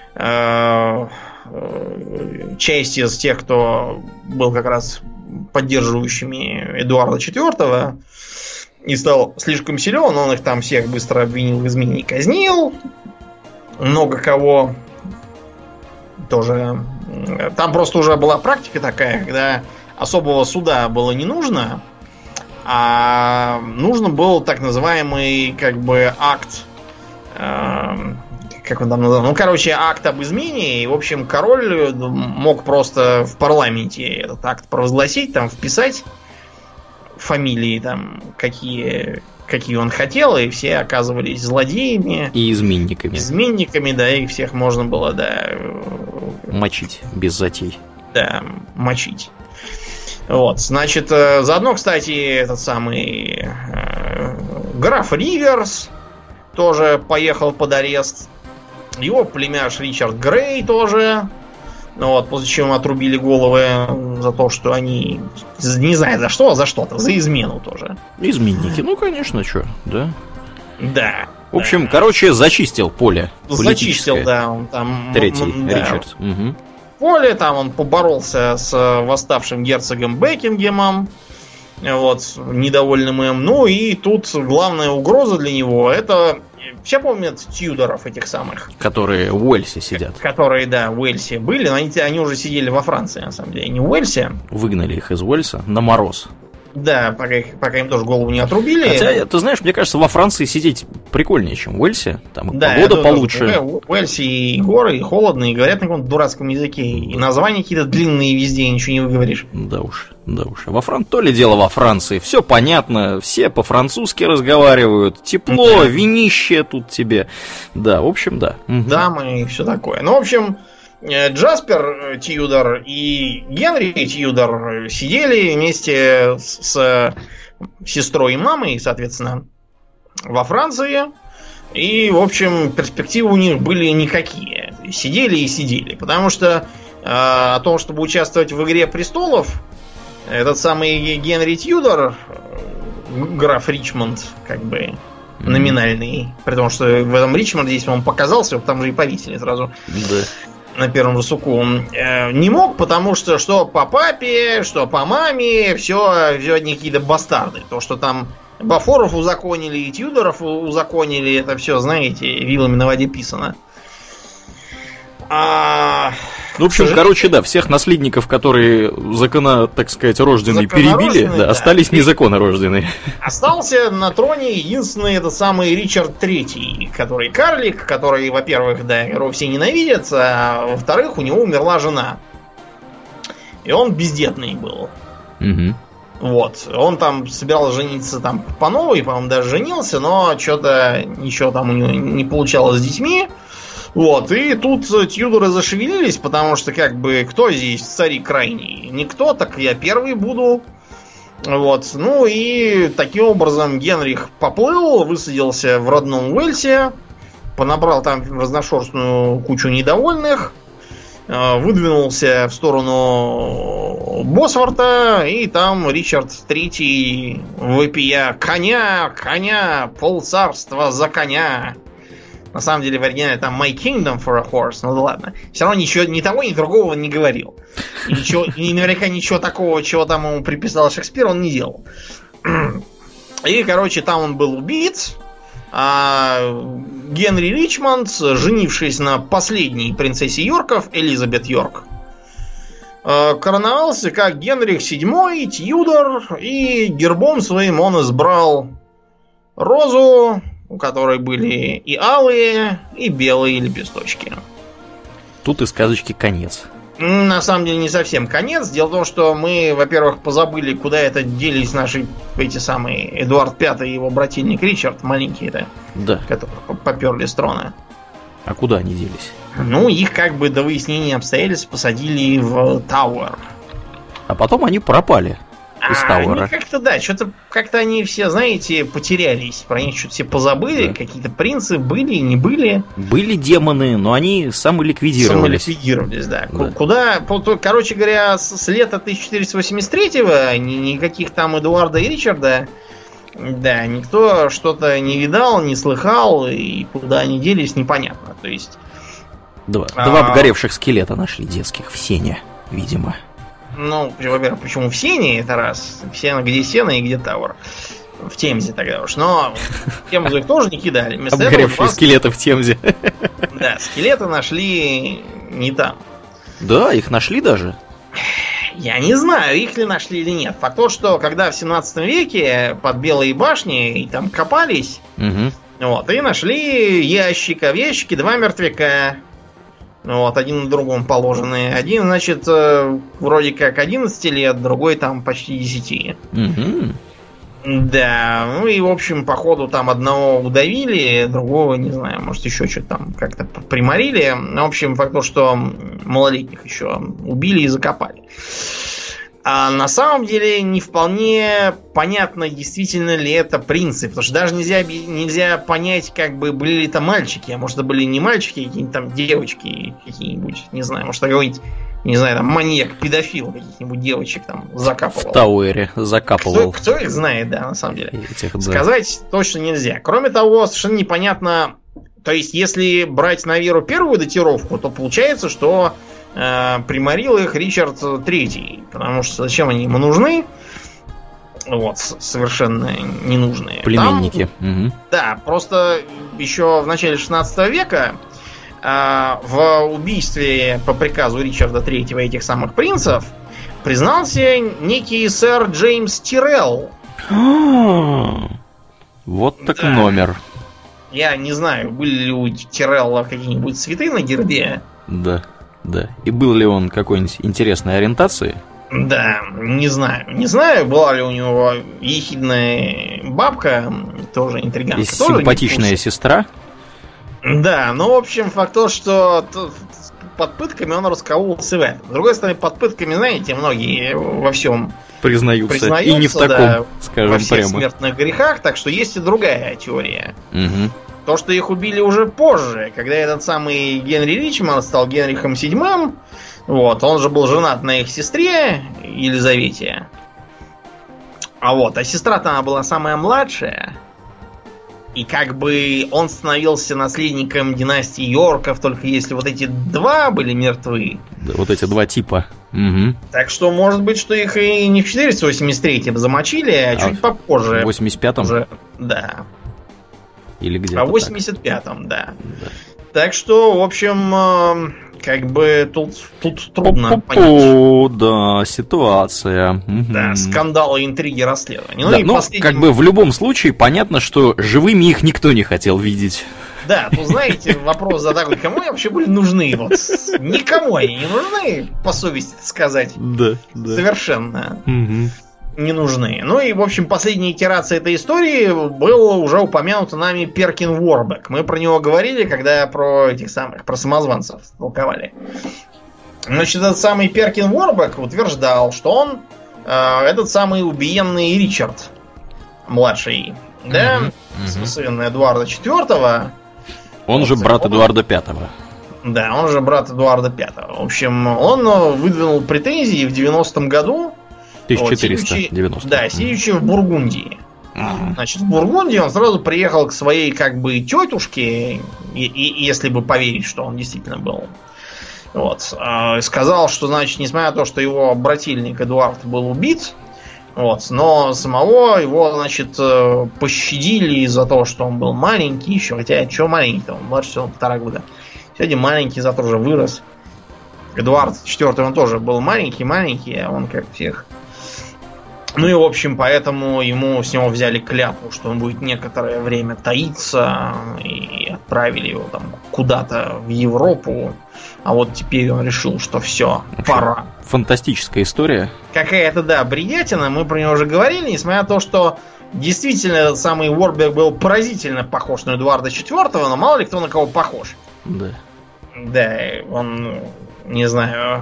часть из тех, кто был как раз поддерживающими Эдуарда IV и стал слишком силен, он их там всех быстро обвинил в измене и казнил. Много кого тоже. Там просто уже была практика такая, когда особого суда было не нужно, а нужно был так называемый как бы акт, как он там называл? Ну, короче, акт об измене. И, в общем, король мог просто в парламенте этот акт провозгласить, там вписать фамилии, там, какие он хотел, и все оказывались злодеями. И изменниками. Изменниками, да, их всех можно было, да. Мочить без затей. Да, мочить. Вот, значит, заодно, кстати, этот самый граф Риверс тоже поехал под арест. Его племяш Ричард Грей тоже. Вот, после чего отрубили головы за то, что они... Не знаю за что, а за что-то. За измену тоже. Изменники, ну, конечно, что, да? Да. В общем, короче, зачистил поле политическое. Зачистил, да. Он там... Третий, да, Ричард. Угу. Поле, там он поборолся с восставшим герцогом Бекингемом. Вот, недовольным им. Ну, и тут главная угроза для него — это... Все помнят Тьюдоров этих самых? Которые в Уэльсе сидят. Которые, да, в Уэльсе были, но они уже сидели во Франции, на самом деле, не в Уэльсе. Выгнали их из Уэльса на мороз. Да, пока им тоже голову не отрубили. Хотя, ты знаешь, мне кажется, во Франции сидеть прикольнее, чем в Уэльсе. Там и да, погода получше. В Уэльсе и горы, и холодно, и говорят на каком-то дурацком языке. И названия какие-то длинные везде, ничего не выговоришь. Да уж. То ли дело во Франции. Все понятно, все по-французски разговаривают. Тепло, винище тут тебе. Да, в общем, да. Дамы и все такое. Ну, в общем... Джаспер Тьюдор и Генри Тьюдор сидели вместе с сестрой и мамой, соответственно, во Франции. И, в общем, перспективы у них были никакие. Сидели и сидели. Потому что о том, чтобы участвовать в «Игре престолов», этот самый Генри Тьюдор, граф Ричмонд, как бы номинальный, при том, что в этом Ричмонде, если он показался, там же и повесили сразу. Да. На первом же суку не мог, потому что по папе, что по маме, все одни какие-то бастарды. То, что там Бафоров узаконили и Тьюдоров узаконили, это все, знаете, вилами на воде писано. Ну, в общем, короче, да, всех наследников, которые так сказать, рожденные перебили, да, остались незаконнорожденные. Остался на троне единственный этот самый Ричард III, который карлик, который, во-первых, да, его все ненавидят, а во-вторых, у него умерла жена. И он бездетный был. Угу. Вот. Он там собирался жениться там по новой, по-моему, даже женился, но что-то ничего там у него не получалось с детьми. Вот, и тут Тьюдоры зашевелились, потому что, как бы, кто здесь цари крайний? Никто, так я первый буду. Вот, ну и таким образом Генрих поплыл, высадился в родном Уэльсе, понабрал там разношерстную кучу недовольных. выдвинулся в сторону Босворта, и там Ричард III, вопия: «Коня, коня, полцарства за коня!» На самом деле в оригинале там «My kingdom for a horse», ну да ладно. Все равно ничего, ни того, ни другого он не говорил. И наверняка ничего такого, чего там ему приписал Шекспир, он не делал. И, короче, там он был убит. А Генри Ричмонд, женившись на последней принцессе Йорков, Элизабет Йорк, короновался как Генрих VII Тьюдор, и гербом своим он избрал розу, у которой были и алые, и белые лепесточки. Тут и сказочки конец. На самом деле не совсем конец. Дело в том, что мы, во-первых, позабыли, куда это делись наши эти самые Эдуард V и его брательник Ричард, маленькие-то, да, которые поперли с трона. А куда они делись? Ну, их как бы до выяснения обстоятельств посадили в Тауэр. А потом они пропали из Тауэра. Они как-то, да, что-то как-то они все, знаете, потерялись. Про них что-то все позабыли. Да. Какие-то принцы были, не были. Были демоны, но они самоликвидировались. Самоликвидировались, да. Да. Куда, короче говоря, с лета 1483-го никаких там Эдуарда и Ричарда, да, никто что-то не видал, не слыхал, и куда они делись, непонятно. То есть... Два обгоревших скелета нашли детских в сене, видимо. Ну, во-первых, почему в Сене, это раз. Сена, где Сена и где Тауэр. В Темзе тогда уж. Но в Темзу их тоже не кидали. Обгоревшие скелеты в Темзе. Да, скелеты нашли не там. Да, их нашли даже. Я не знаю, их ли нашли или нет. Факт то, что когда в 17 веке под Белой башней и там копались, вот, и нашли ящик, а в ящике 2 мертвяка. Вот, один на другом положенные. Один, значит, вроде как 11 лет, другой там почти 10. Да, ну и, в общем, походу там одного удавили, другого, не знаю, может, еще что-то там как-то приморили. В общем, факт то, что малолетних еще убили и закопали. А на самом деле не вполне понятно, действительно ли это принцип. Потому что даже нельзя понять, как бы были ли это мальчики. А может, это были не мальчики, а какие-нибудь там девочки какие-нибудь. Не знаю, может, какой-нибудь, не знаю, там маньяк, педофил каких-нибудь девочек там закапывал. В Тауэре закапывал. Кто их знает, да, на самом деле. Этих, да. Сказать точно нельзя. Кроме того, совершенно непонятно... То есть, если брать на веру первую датировку, то получается, что... приморил их Ричард III. Потому что зачем они ему нужны? Вот, совершенно ненужные. Племенники. Там, да, просто еще в начале 16 века в убийстве по приказу Ричарда III этих самых принцев признался некий сэр Джеймс Тиррелл. Вот так номер. Я не знаю, были ли у Тиррелла какие-нибудь цветы на гербе. Да. Да. И был ли он какой-нибудь интересной ориентации? Да, не знаю. Не знаю, была ли у него ехидная бабка, тоже интриганка. И симпатичная сестра? Да, ну, в общем, факт то, что под пытками он раскололся в этом. С другой стороны, под пытками, знаете, многие во всем признаются. И не в таком, да, скажем, во всех прямо смертных грехах, так что есть и другая теория. То, что их убили уже позже, когда этот самый Генри Ричмонд стал Генрихом VII, вот, он же был женат на их сестре Елизавете. А сестра-то она была самая младшая. И как бы он становился наследником династии Йорков, только если вот эти 2 были мертвы. Да, вот эти 2 типа. Так что, может быть, что их и не в 483-м замочили, а чуть попозже. В 85-м? Уже, да. Или где-то. А в 85-м, да. Так что, в общем, как бы тут трудно понять. Да, ситуация. Да, скандалы, интриги, расследования. Да, как бы в любом случае понятно, что живыми их никто не хотел видеть. Да, ну знаете, вопрос такой, кому они вообще были нужны? Вот никому они не нужны, по совести сказать. Да. Совершенно. Не нужны. Ну и, в общем, последняя итерация этой истории был уже упомянут нами Перкин Уорбек. Мы про него говорили, когда про самозванцев толковали. Значит, этот самый Перкин Уорбек утверждал, что он этот самый убиенный Ричард младший, да, сын Эдуарда IV. Он же брат Эдуарда V. Да, он же брат Эдуарда V. В общем, он выдвинул претензии в 90-м году. 1490. Да, сидячи в Бургундии. Значит, в Бургундии он сразу приехал к своей, как бы, тетушке, и если бы поверить, что он действительно был. Вот. Сказал, что, значит, несмотря на то, что его брательник Эдуард был убит, вот, но самого его, значит, пощадили из-за того, что он был маленький еще. Хотя, что маленький-то, он младше всего 1,5 года. Сегодня маленький, завтра уже вырос. Эдуард IV, он тоже был маленький, а он как всех. Ну и, в общем, поэтому с него взяли клятву, что он будет некоторое время таиться, и отправили его там куда-то в Европу. А вот теперь он решил, что все, пора. Фантастическая история. Какая-то, да, бредятина, мы про него уже говорили, несмотря на то, что действительно этот самый Уорбек был поразительно похож на Эдуарда IV, но мало ли кто на кого похож. Да. Да, он, не знаю...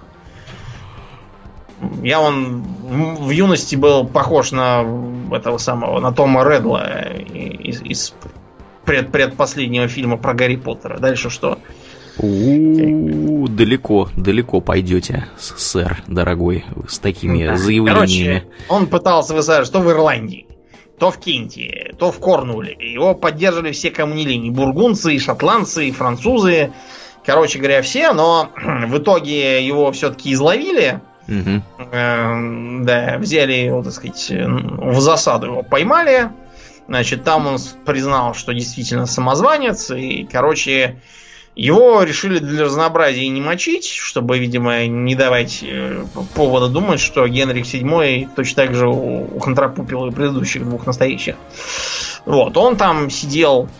Он в юности был похож на этого самого, на Тома Редла из предпоследнего фильма про Гарри Поттера. Дальше что? Далеко пойдете, сэр, дорогой, с такими заявлениями. Короче, он пытался высаживать то в Ирландии, то в Кенте, то в Корнуолле. Его поддерживали все, кому не лень. И бургундцы, и шотландцы, и французы. Короче говоря, все. Но в итоге его все-таки изловили. Да, взяли его, так сказать, в засаду его поймали. Значит, там он признал, что действительно самозванец. И, короче, его решили для разнообразия не мочить, чтобы, видимо, не давать повода думать, что Генрих VII точно так же ухонтропупил и предыдущих двух настоящих. Вот, он там сидел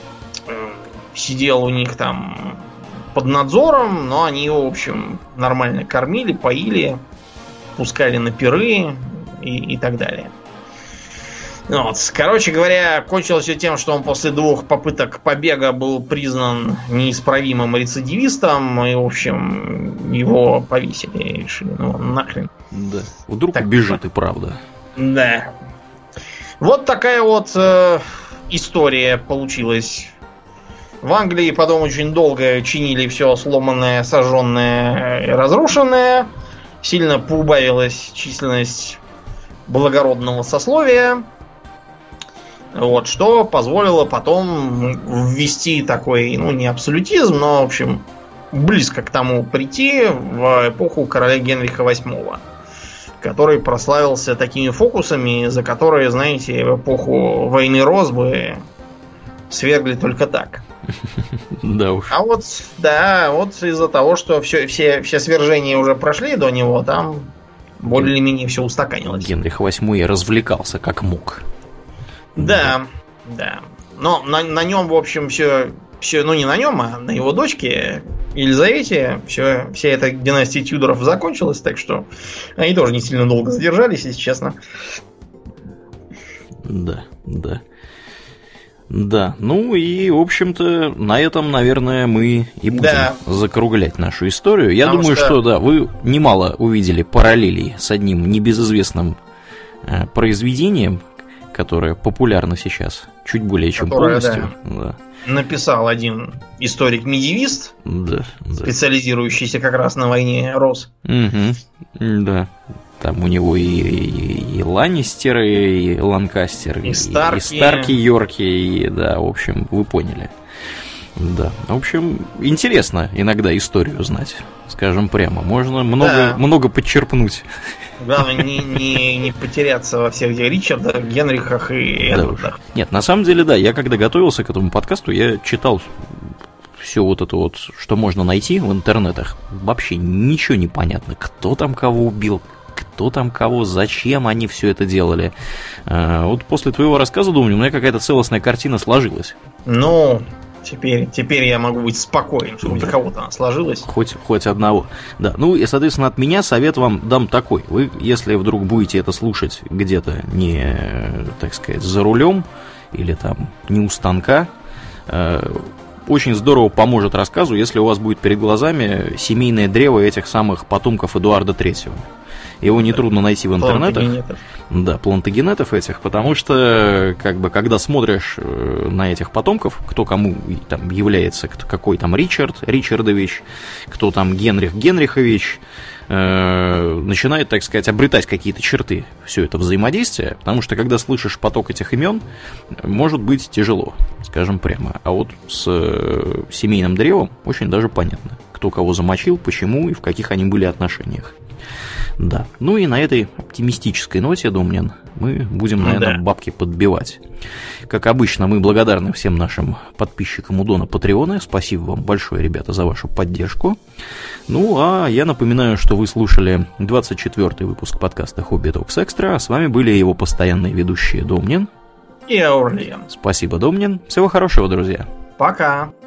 у них там под надзором, но они его, в общем, нормально кормили, поили, пускали на пиры и так далее. Вот. Короче говоря, кончилось все тем, что он после 2 попыток побега был признан неисправимым рецидивистом, и, в общем, его повесили и решили, ну нахрен. Да. Вдруг так убежит и правда. Да. Вот такая вот история получилась. В Англии потом очень долго чинили все сломанное, сожженное и разрушенное. Сильно поубавилась численность благородного сословия. Вот, что позволило потом ввести такой, ну, не абсолютизм, но, в общем, близко к тому прийти в эпоху короля Генриха VIII, который прославился такими фокусами, за которые, знаете, в эпоху войны Росбы свергли только так. Да уж. А вот, да, вот из-за того, что все свержения уже прошли до него, там более-менее все устаканилось. Генрих VIII развлекался как мог. Да, да. Но на нем, в общем, все, ну не на нем, а на его дочке Елизавете вся эта династия Тюдоров закончилась, так что они тоже не сильно долго задержались, если честно. Да. Да, ну и, в общем-то, на этом, наверное, мы и будем закруглять нашу историю. Я думаю, что да, вы немало увидели параллелей с одним небезызвестным произведением, которое популярно сейчас, чуть более чем полностью. Да. Написал один историк-медиевист, специализирующийся как раз на войне Рос. Да. Там у него и Ланнистеры, и Ланкастеры, и Старки, Йорки, и, да, в общем, вы поняли. Да, в общем, интересно иногда историю знать, скажем прямо. Можно много подчерпнуть. Главное, не потеряться во всех этих Ричардах, Генрихах и Эдвардах. Нет, на самом деле, да, я когда готовился к этому подкасту, я читал все вот это вот, что можно найти в интернетах. Вообще ничего не понятно, кто там кого убил, кто там кого, зачем они все это делали. Вот после твоего рассказа, думаю, у меня какая-то целостная картина сложилась. Ну, теперь я могу быть спокоен, что для кого-то она сложилась. Хоть одного. Да, ну и, соответственно, от меня совет вам дам такой. Вы, если вдруг будете это слушать где-то не, так сказать, за рулем или там не у станка, очень здорово поможет рассказу, если у вас будет перед глазами семейное древо этих самых потомков Эдуарда III. Его нетрудно найти в интернетах. Да, плантагенетов этих, потому что, как бы, когда смотришь на этих потомков, кто кому там является, какой там Ричардович, кто там Генрих Генрихович, начинает, так сказать, обретать какие-то черты все это взаимодействие, потому что, когда слышишь поток этих имен, может быть тяжело, скажем прямо. А вот с семейным древом очень даже понятно, кто кого замочил, почему и в каких они были отношениях. Да. Ну и на этой оптимистической ноте, Домнин, мы будем, наверное, бабки подбивать. Как обычно, мы благодарны всем нашим подписчикам у Дона Патреона. Спасибо вам большое, ребята, за вашу поддержку. Ну, а я напоминаю, что вы слушали 24-й выпуск подкаста Hobby Talks Extra. С вами были его постоянные ведущие Домнин и Аурлиен. Спасибо, Домнин. Всего хорошего, друзья. Пока.